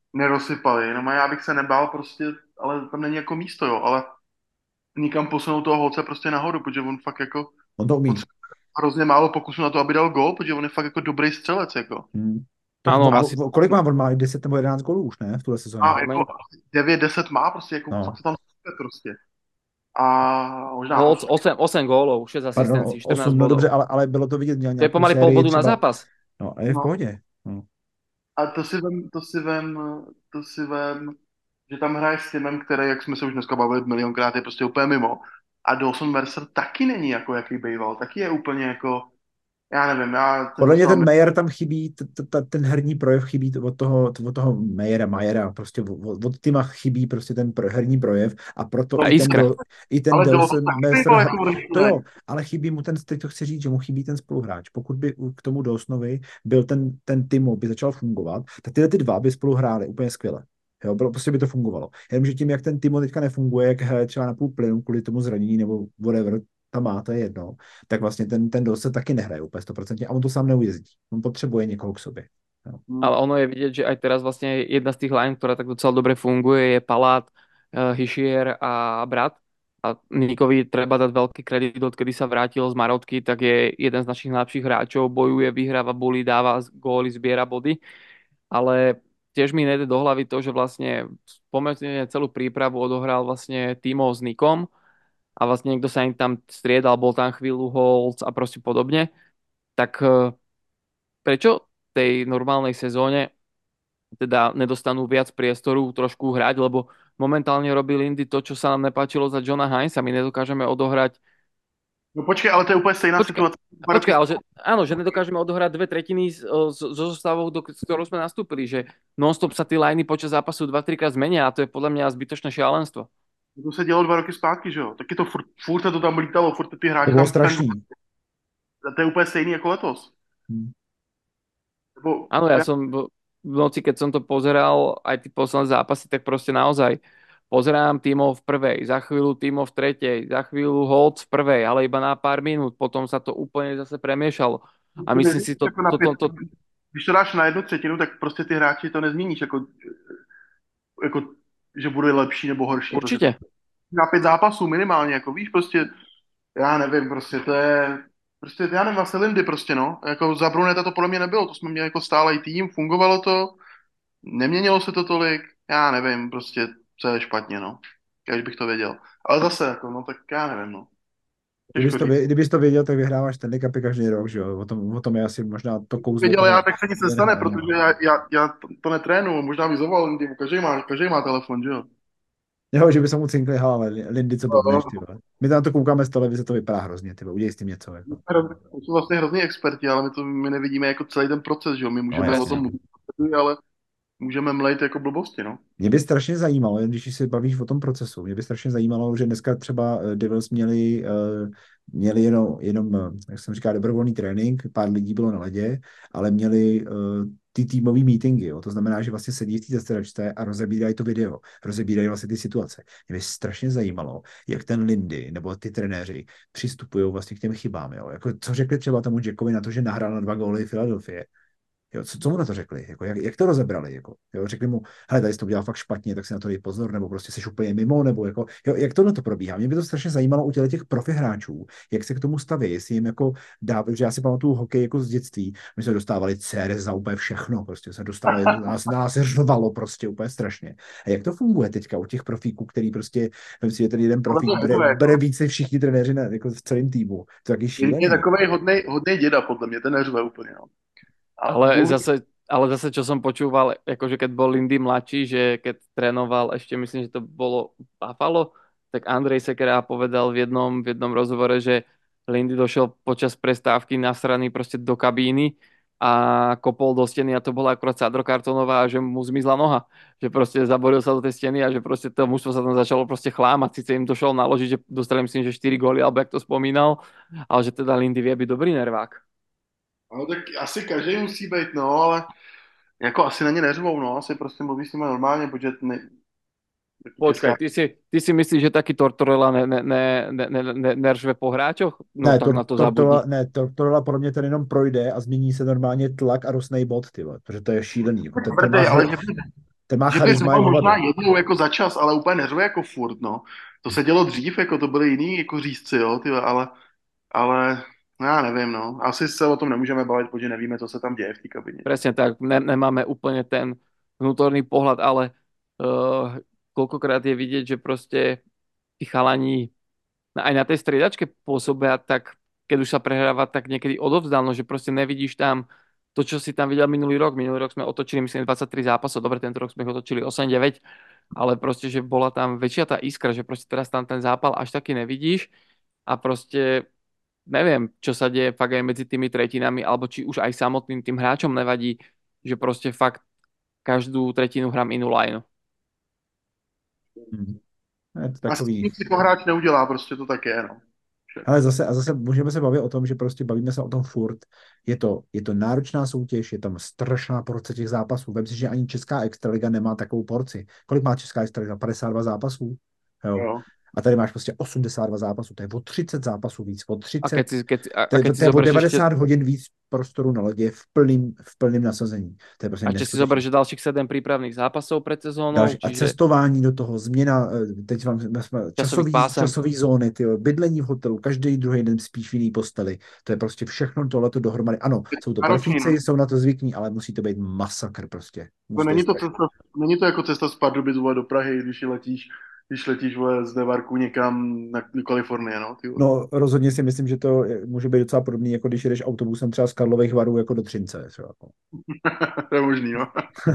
nerozsypali. No já bych se nebál prostě, ale tam není jako místo, jo, ale nikam posunout toho holce prostě nahoru, protože on fakt jako On to umí. potřebuje hrozně málo pokusů na to, aby dal gól, protože on je fakt jako dobrý střelec, jako. Hmm. Tak Áno, kolik má? On má 10 nebo 11 gólů už, ne? V tuhle sezóně. A jako 9-10 má prostě, jako No. fakt to tam sype prostě. A možná Holc 8 gólov, 6 Pardon, asistencií, 14 8, no bodov. dobře, ale bylo to vidět, měl To je nějakou pomaly pol sérii bodu na třeba. zápas. No, a je v no. pohodě. No. A to si vem, že tam hraje s týmem, který, jak jsme se už dneska bavili milionkrát, je prostě úplně mimo. A Dawson Mercer taky není jako jaký býval, taky je úplně jako, já nevím, já ten Podle mě dostal ten Mayer tam chybí, ten herní projev chybí od toho Mayera, prostě od týma chybí prostě ten herní projev a proto A iskra. i ten ale Dawson Dawson taky Mercer, býval jako to jo, ale chybí mu teď to chci říct, že mu chybí ten spoluhráč. Pokud by k tomu Dawsonovi byl ten Timo, by začal fungovat, tak tyhle ty dva by spolu hráli úplně skvěle. Jo, prostě by to fungovalo. Jenomže tím, jak ten Timo teďka nefunguje, jak hraje třeba na půl plynu kvůli tomu zranění nebo whatever, tam má, to je jedno, tak vlastně ten Dost se taky nehraje úplně 100% a on to sám neujezdí. On potřebuje někoho k sobě. Jo. Ale ono je vidieť, že aj teraz vlastne jedna z tých line, ktorá tak docela dobre funguje, je Palát, Hischier a Brat. A Nikovi treba dať veľký kredit, odkedy sa vrátil z Marotky, tak je jeden z našich najlepších hráčov, bojuje, vyhráva buly, dáva góly, zbiera body. Ale tiež mi nejde do hlavy to, že vlastne pomerne celú prípravu odohral vlastne Timo s Nikom a vlastne niekto sa im tam striedal, bol tam chvíľu Holc a proste podobne. Tak prečo v tej normálnej sezóne teda nedostanú viac priestoru trošku hrať, lebo momentálne robí Lindy to, čo sa nám nepáčilo za Johna Hinesa. My nedokážeme odohrať. No počkej, ale to je úplně stejná situace. Počkej, ale že, áno, že nedokážeme odohrať 2/3 zo zostavou, s ktorou sme nastúpili, že non-stop sa tí liney počas zápasu 2-3 krát zmenia a to je podľa mňa zbytočné šialenstvo. To se dělo 2 roky zpátky, že jo? Taky to furt se to tam lítalo, furt ty To hráči bylo tam strašný. to je úplně stejný jako letos. Hmm. Nebo, Áno, ja som v noci, keď som to pozeral, aj tí posledné zápasy, tak proste naozaj pozerám tímov v prvej, za chvíľu tímov v tretej, za chvíľu Holc v prvej, ale iba na pár minút, potom sa to úplne zase premiešalo. A myslím si, jako když to dáš na 1/3, tak prostě ty hráči to nezměníš, jako že bude lepší nebo horší. Určitě. Na 5 zápasů minimálně, jako víš, prostě, já nevím, prostě to je, prostě já nevím, vlastně Lindy prostě, no, jako za Bruneta to podle mě nebylo, to jsme měli jako stálej tým, fungovalo to, neměnilo se to tolik, já nevím, prostě, co je špatně, no, když bych to věděl. Ale zase, jako, no, tak já nevím, no. Kdybys to věděl, tak vyhráváš Stanley Cupy každý rok, že jo? O tom je asi možná to kouzlo. Věděl já, tak se nic nestane, protože já to netrénu, možná mi zavolal Lindy, každý má telefon, že jo. Jo, že by se mu cinkli, ale Lindy, co blbneš, ty vole. My tam to koukáme z televize, to vypadá hrozně, ty vole, udělej s tím něco, jako. To jsou vlastně hrozný experti, ale my nevidíme jako celý ten proces, že jo. My můžeme No, o tom mluvit, ale můžeme mlejt jako blbosti, no. Mě by strašně zajímalo, jen když se bavíš o tom procesu, mě by strašně zajímalo, že dneska třeba Devils měli jenom, jak jsem říkal, dobrovolný trénink, pár lidí bylo na ledě, ale měli ty týmový meetingy, jo. To znamená, že vlastně sedí v té zasedačce a rozebírají to video, rozebírají vlastně ty situace. Mě by strašně zajímalo, jak ten Lindy nebo ty trenéři přistupují vlastně k těm chybám, jo. Jako, co řekli třeba tomu Jackovi na to, že nahrál na 2 góly Filadelfie. Jo, co mu na to řekli? Jako, jak to rozebrali? Jako, jo, řekli mu, hele, tady jsi to udělal fakt špatně, tak si na to dej pozor, nebo prostě jsi úplně mimo, nebo jako, jo, jak tohle to probíhá? Mě by to strašně zajímalo u těch profi hráčů, jak se k tomu staví, jestli jim jako dá, že já si pamatuju hokej jako z dětství, my jsme dostávali CRS za úplně všechno, prostě jsme dostávali, nás se řvalo prostě úplně strašně. A jak to funguje teďka u těch profíků, který prostě, vem si, že ten jeden profík bere více všichni trenéři jako v celém týmu. To je šílený. Je takovej hodnej děda, podle mě, ten neřve úplně, no. Ale zase, čo som počúval, akože keď bol Lindy mladší, že keď trénoval, ešte myslím, že to bolo Buffalo, tak Andrej Sekera povedal v jednom rozhovore, že Lindy došiel počas prestávky nasraný proste do kabíny a kopol do steny a to bola akurát Sandro Kartonová a že mu zmizla noha. Že proste zaboril sa do tej steny a že proste to mužstvo sa tam začalo proste chlámať. Sice im došlo naložiť, že dostali myslím, že 4 góly, alebo jak to spomínal, ale že teda Lindy vie byť dobrý nervák. No tak asi každý musí být, no, ale jako asi na ně neřvou, no, asi prostě mluví s nimi normálně, protože Počkaj, ty si myslíš, že taký Tortorella neržve po hráčoch? No ne, tak na to zabudni. Tortorella podle mě ten jenom projde a změní se normálně tlak a rostnej bod, ty vole, protože to je šílený. Jako ale ten má Že by charisma řval jak možná hovado. jednou jako za čas, ale úplně neřve jako furt, no. To se dělo dřív, jako to byly jiný jako řízci, jo, ty, ale no, já nevím, no. Asi se o tom nemůžeme bavit, protože nevíme, co se tam děje v té kabině. Presne tak, nemáme úplne ten vnútorný pohľad, ale koľkokrát je vidieť, že proste tí chalani aj na tej striedačke pôsobia tak, keď už sa prehráva, tak niekedy odovzdálno, že proste nevidíš tam to, čo si tam videl minulý rok. Minulý rok sme otočili, myslím, 23 zápasov, dobre, tento rok sme ich otočili 8-9, ale proste, že bola tam väčšia tá iskra, že proste teraz tam ten zápal až taký nevidíš a proste neviem, čo sa deje fakt aj medzi tými tretinami, alebo či už aj samotným tým hráčom nevadí, že proste fakt každú tretinu hrám inú lineu. Hmm. Je to Asi takový. nic si to hráč neudělá, prostě to tak je, no. Ale zase můžeme se bavit o tom, že prostě bavíme se o tom furt. Je to náročná soutěž, je tam strašná porce těch zápasů. Vem si, že ani Česká extraliga nemá takovou porci. Kolik má Česká extraliga? 52 zápasů? Jo. Jo. A tady máš prostě 82 zápasů. To je o 30 zápasů víc. O A 30, keď si to je o zoberieš 90 ešte, hodin víc prostoru na ledě v plným nasazení. To je prostě a ešte si neskutečné. zoberieš, že ďalších 7 prípravných zápasov pred sezónou, A čiže cestování do toho, změna, teď vám časových pásem. časový zóny, tyjo, bydlení v hotelu, každý druhý den spíš v jiný posteli. To je prostě všechno tohleto dohromady. Ano, jsou to Náročný, profíci, no. jsou na to zvykní, ale musí to být masakr prostě. To Musí není to to, není to jako cesta z Pardubic vole, do Prahy, když letíš vole, z Nevarku někam do Kalifornie, no. Ty vole. No, rozhodně si myslím, že to může být docela podobný, jako když jedeš autobusem třeba z Karlových Varů jako do Třince. Třeba. To je možný, no.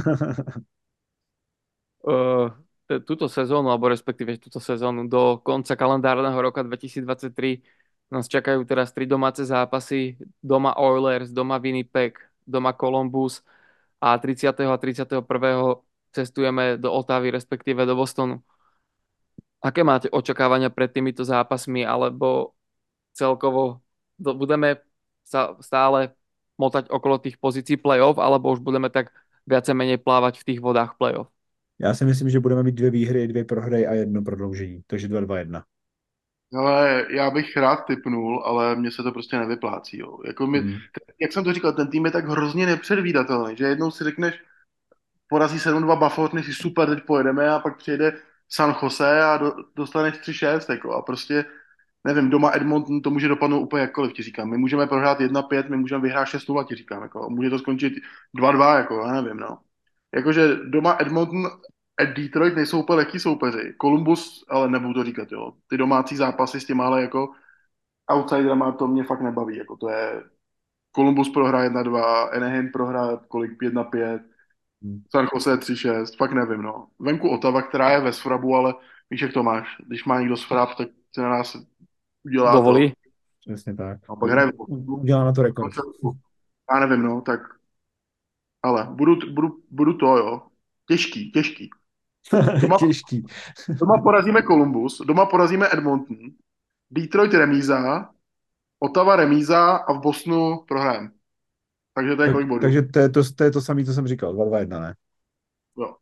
Túto sezónu, alebo respektíve túto sezónu do konca kalendárneho roka 2023 nás čakajú teraz 3 domáce zápasy, doma Oilers, doma Winnipeg, doma Columbus a 30. a 31. cestujeme do Otavy, respektíve do Bostonu. Aké máte očakávania pred týmito zápasmi, alebo celkovo budeme sa stále motať okolo tých pozícií playoff, alebo už budeme tak viacej menej plávať v tých vodách playoff? Já si myslím, že budeme mít 2 výhry, 2 prohry a 1 prodloužení. Takže 2-2-1. Ale já bych rád tipnul, ale mně se to prostě nevyplácí, jo. Jako jak jsem to říkal, ten tým je tak hrozně nepředvídatelný, že jednou si řekneš, porazí 7-2 Buffalo, si super, teď pojedeme a pak přijde San Jose a dostaneš 3-6, jako a prostě nevím, doma Edmonton to může dopadnout úplně jakkoliv, ti říkám. My můžeme prohrát 1-5, my můžeme vyhrát 6-0, ti říkám, jako, může to skončit 2-2, jako, já nevím, no. Jakože doma Edmonton a Detroit nejsou úplně lehký soupeři. Columbus, ale nebudu to říkat, jo. Ty domácí zápasy s těma ale jako outsiderama, to mě fakt nebaví, jako to je Columbus prohraje 1-2, Anaheim prohraje kolik 5-5, San Jose 3-6, fakt nevím, no. Venku Ottawa, která je ve Sfrabu, ale víš, jak to máš. Když má někdo Sfrab, tak se na nás udělá Dovolí? to. Přesně tak. A pak hraje Udělá na to rekord. já nevím, no, tak ale budu to, jo. Těžký. Těžký. Doma porazíme Columbus, doma porazíme Edmonton, Detroit remíza, Ottawa remíza a v Bostonu prohrajeme. Takže to je kolik bodů? Takže to je to samé, co jsem říkal. 2-2-1, ne? Jo.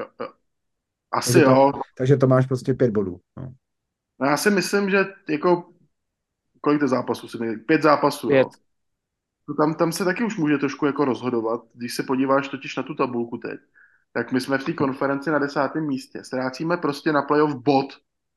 Asi jo. Takže to máš prostě 5 bodů. No. No já si myslím, že jako kolik to zápasů si měli? 5 zápasů, 5. jo. Tam se taky už může trošku jako rozhodovat. Když se podíváš totiž na tu tabulku teď, tak my jsme v té konferenci na 10. místě. Ztrácíme prostě na playoff bod.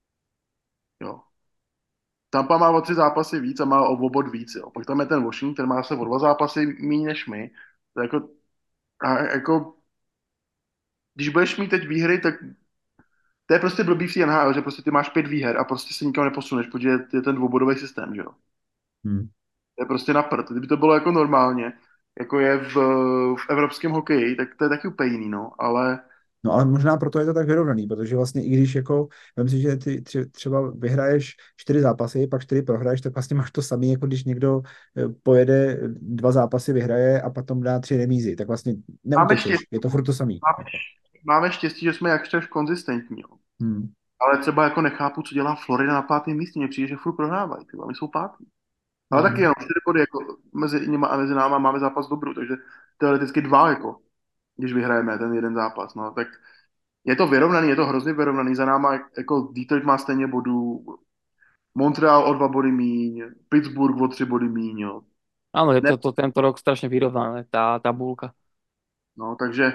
Jo. Tampa má o 3 zápasy víc a má o bod víc. Jo. Pak tam je ten Washington, ten má se o 2 zápasy méně než my. To je jako, a jako, když budeš mít teď výhry, tak to je prostě blbý v té NHL, že prostě ty máš 5 výher a prostě se nikam neposuneš, protože je ten dvoubodový systém, že jo. To je prostě na prd. Kdyby to bylo jako normálně, jako je v evropském hokeji, tak to je taky úplně jiný, no, ale No ale možná proto je to tak vyrovnaný, protože vlastně i když jako, vem si, že ty třeba vyhraješ 4 zápasy, pak 4 prohraješ, tak vlastně máš to samé, jako když někdo pojede 2 zápasy, vyhraje a potom dá 3 remízy, tak vlastně neutečeš, je to furt to samý. Máme štěstí, že jsme jakž konzistentní, jo. Ale třeba jako nechápu, co dělá Florida na 5. místě, mně přijde, že furt prohrávají, ty my jsou 5. Ale taky jenom 4 body, jako mezi nimi a mezi náma máme zápas dobrou, takže teoreticky 2, jako když vyhrajeme ten jeden zápas, no, tak je to vyrovnaný, je to hrozně vyrovnaný, za náma jako Detroit má stejně bodů, Montreal o 2 body míň, Pittsburgh o 3 body míň, jo. Áno, je to tento rok strašne vyrovnané, tá tabulka. No, takže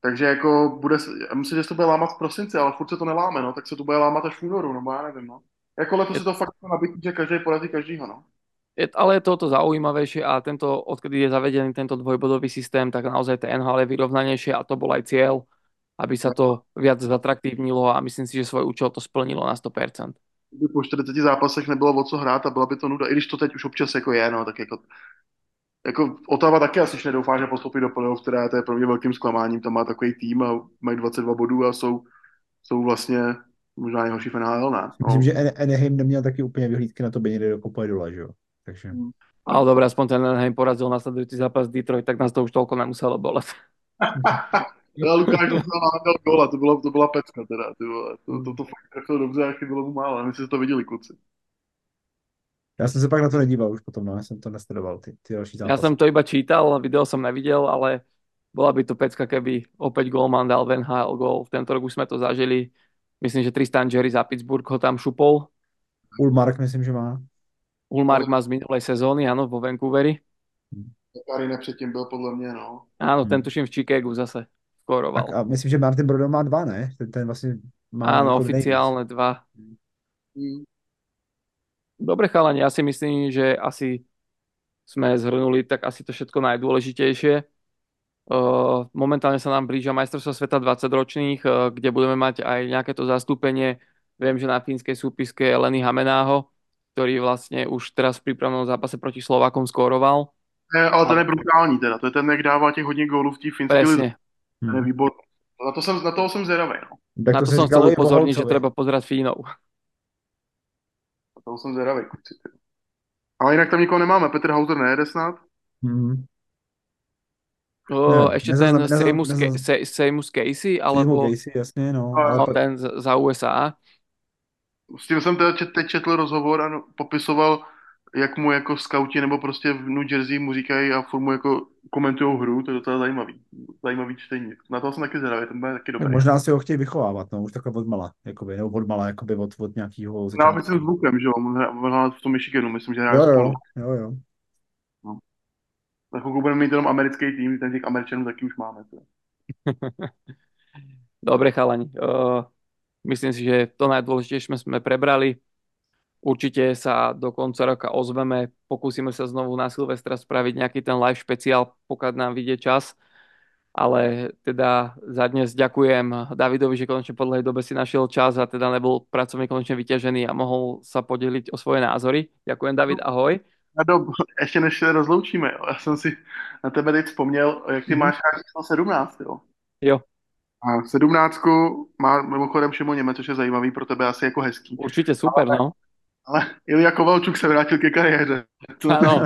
Takže jako já myslím, že se to bude lámat v prosinci, ale furt se to neláme, no, tak se to bude lámat až v únoru, no, já nevím, no. Jako letos Je, je to fakt nabitý, že každý porazí každýho, no. ale je toto zaujímavejšie a odkedy je zavedený tento dvojbodový systém, tak naozaj ten NHL je vyrovnanejšie a to bol aj cieľ, aby sa to viac zatraktívnilo a myslím si, že svoj účel to splnilo na 100%. Kdyby po 40 zápasech nebylo o co hrát a byla by to nuda, i když to teď už občas jako je, no, tak jako Ottawa taky asi už nedoufá, že postoupí do playoff, teda to je pro mě velkým zklamáním, tam má takový tým a mají 22 bodů a jsou vlastně možná nejhorší v NHL, ne? Myslím, No. že Anaheim neměl taky úplně vyhlídky na to, by někde kopali dole, že jo? Takže... Ale dobre, aspoň ten Anaheim porazil nasledujúci zápas Detroit, tak nás to už toľko nemuselo bolet. Ale Lukáš dostal náhodou góla, to byla pecka teda, ty vole. To fakt trefil dobře a chybilo mu málo, my si to viděli, kluci. Já jsem se pak na to nedíval už potom, no, já jsem to nesledoval, ty další Ja zápasy. som to iba čítal, video som nevidel, ale bola by to pecka, keby opäť golman dal v NHL gól. V tento rok už sme to zažili. Myslím, že Tristan Jerry za Pittsburgh ho tam šupol. Ulmark myslím, že má. Ulmark má z minulej sezóny, áno, vo Vancouveri. Karina předtím byl podle mě, no. Áno, ten tuším v Chicagu zase skoroval. A myslím, že Martin Brodeur má 2, ne? Ten vlastně má Áno, jako oficiálne 2. Dobre chalani, ja si myslím, že asi sme zhrnuli tak asi to všetko najdôležitejšie. Momentálne sa nám blížia majstrovstvá sveta 20-ročných, kde budeme mať aj nejaké to zastúpenie. Viem, že na fínskej súpiske je Lenny Hamenáho, ktorý vlastne už teraz v prípravnom zápase proti Slovákom skóroval. Ale ten je brutální teda, to je ten, jak dává těch hodně gólů v té finské lize. Presne. Ten je výborný. Na toho jsem zvědavý, no. Tak Na to se som říkalo chcel i o upozorniť, že Holcovi. treba pozerať Fínov. Na toho jsem zvědavý, kluci. Ale jinak tam nikoho nemáme, Petr Hauser nejede snad. Hmm. Ešte ten Seamus Casey, alebo Casey, jasně, no. no, ten za USA. S tím jsem teda teď četl rozhovor a popisoval, jak mu jako skauti nebo prostě v New Jersey mu říkají a formu jako komentujou hru, to je docela zajímavý čtení. Na to jsem taky zvědavý, ten bude taky Tak dobrý. možná si ho chtějí vychovávat, no, už takhle odmala, jakoby, nebo odmala, jakoby od nějakého No, začátku. myslím s Lukem, že jo, on hrál v tom Michiganu, myslím, že hráli spolu. Jo. No. Za chvilku budeme mít jenom americký tým, ten těch Američanů taky už máme. Teda. Dobre chalani, myslím si, že to najdôležitejšie sme prebrali. Určite sa do konca roka ozveme, pokúsime sa znovu na Silvestra spraviť nejaký ten live špeciál, pokiaľ nám vyjde čas. Ale teda za dnes ďakujem Davidovi, že konečne po dlhej dobe si našiel čas a teda nebol pracovne konečne vyťažený a mohol sa podeliť o svoje názory. Ďakujem, David, ahoj. Ještě než se rozloučíme, jo. Já jsem si na tebe teď vzpomněl, jak ty máš rád číslo 17, jo. Jo. A 17 má mimochodem Šimo Němec, což je zajímavý pro tebe asi jako hezký. Určite super, no. Ale Ilja Kovalčuk se vrátil ke kariéře. Áno.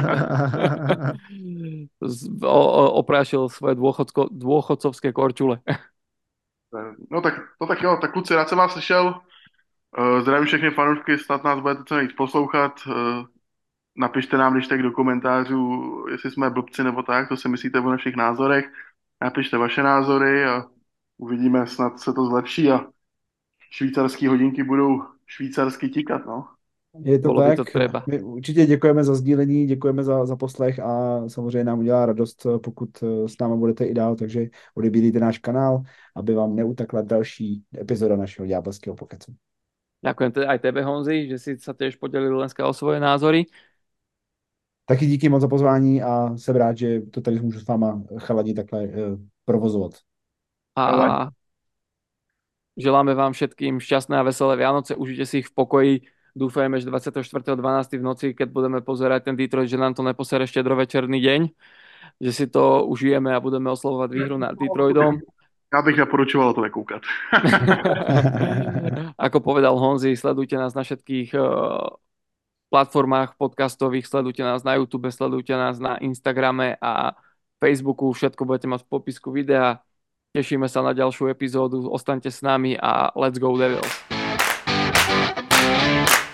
Oprášil svoje dôchodcovské korčule. No tak, to tak jo, tak kluci, rád jsem vás slyšel. Zdravím všechny fanoušky, snad nás budete co nejvíc poslouchat. Napište nám, když tak do komentářů, jestli jsme blbci nebo tak, to si myslíte o našich názorech. Napište vaše názory a uvidíme, snad se to zlepší a švýcarský hodinky budou švýcarsky tikat, no. Je to Bolo by tak. to treba. My určitě děkujeme za sdílení, děkujeme za poslech a samozřejmě nám udělá radost, pokud s námi budete i dál, takže odebírejte náš kanál, aby vám neutakla další epizoda našeho ďábelského pokecu. Ďakujem teda aj tebe, Honzi, že si sa tiež podelil dneska o svoje názory. Taky díky moc za pozvání a jsem rád, že to tady můžu s váma chaladi takhle provozovat. A želáme vám všetkým šťastné a veselé Vianoce, užite si ich v pokoji. Dúfajme, že 24.12. v noci, keď budeme pozerať ten Detroit, že nám to neposere štedrovečerný deň, že si to užijeme a budeme oslovovať výhru nad Detroitom. Já bych neporučoval to nekoukat. Ako povedal Honzi, sledujte nás na všetkých platformách podcastových, sledujte nás na YouTube, sledujte nás na Instagrame a Facebooku, všetko budete mať v popisku videa. Tešíme sa na ďalšiu epizódu, ostaňte s nami a let's go Devils.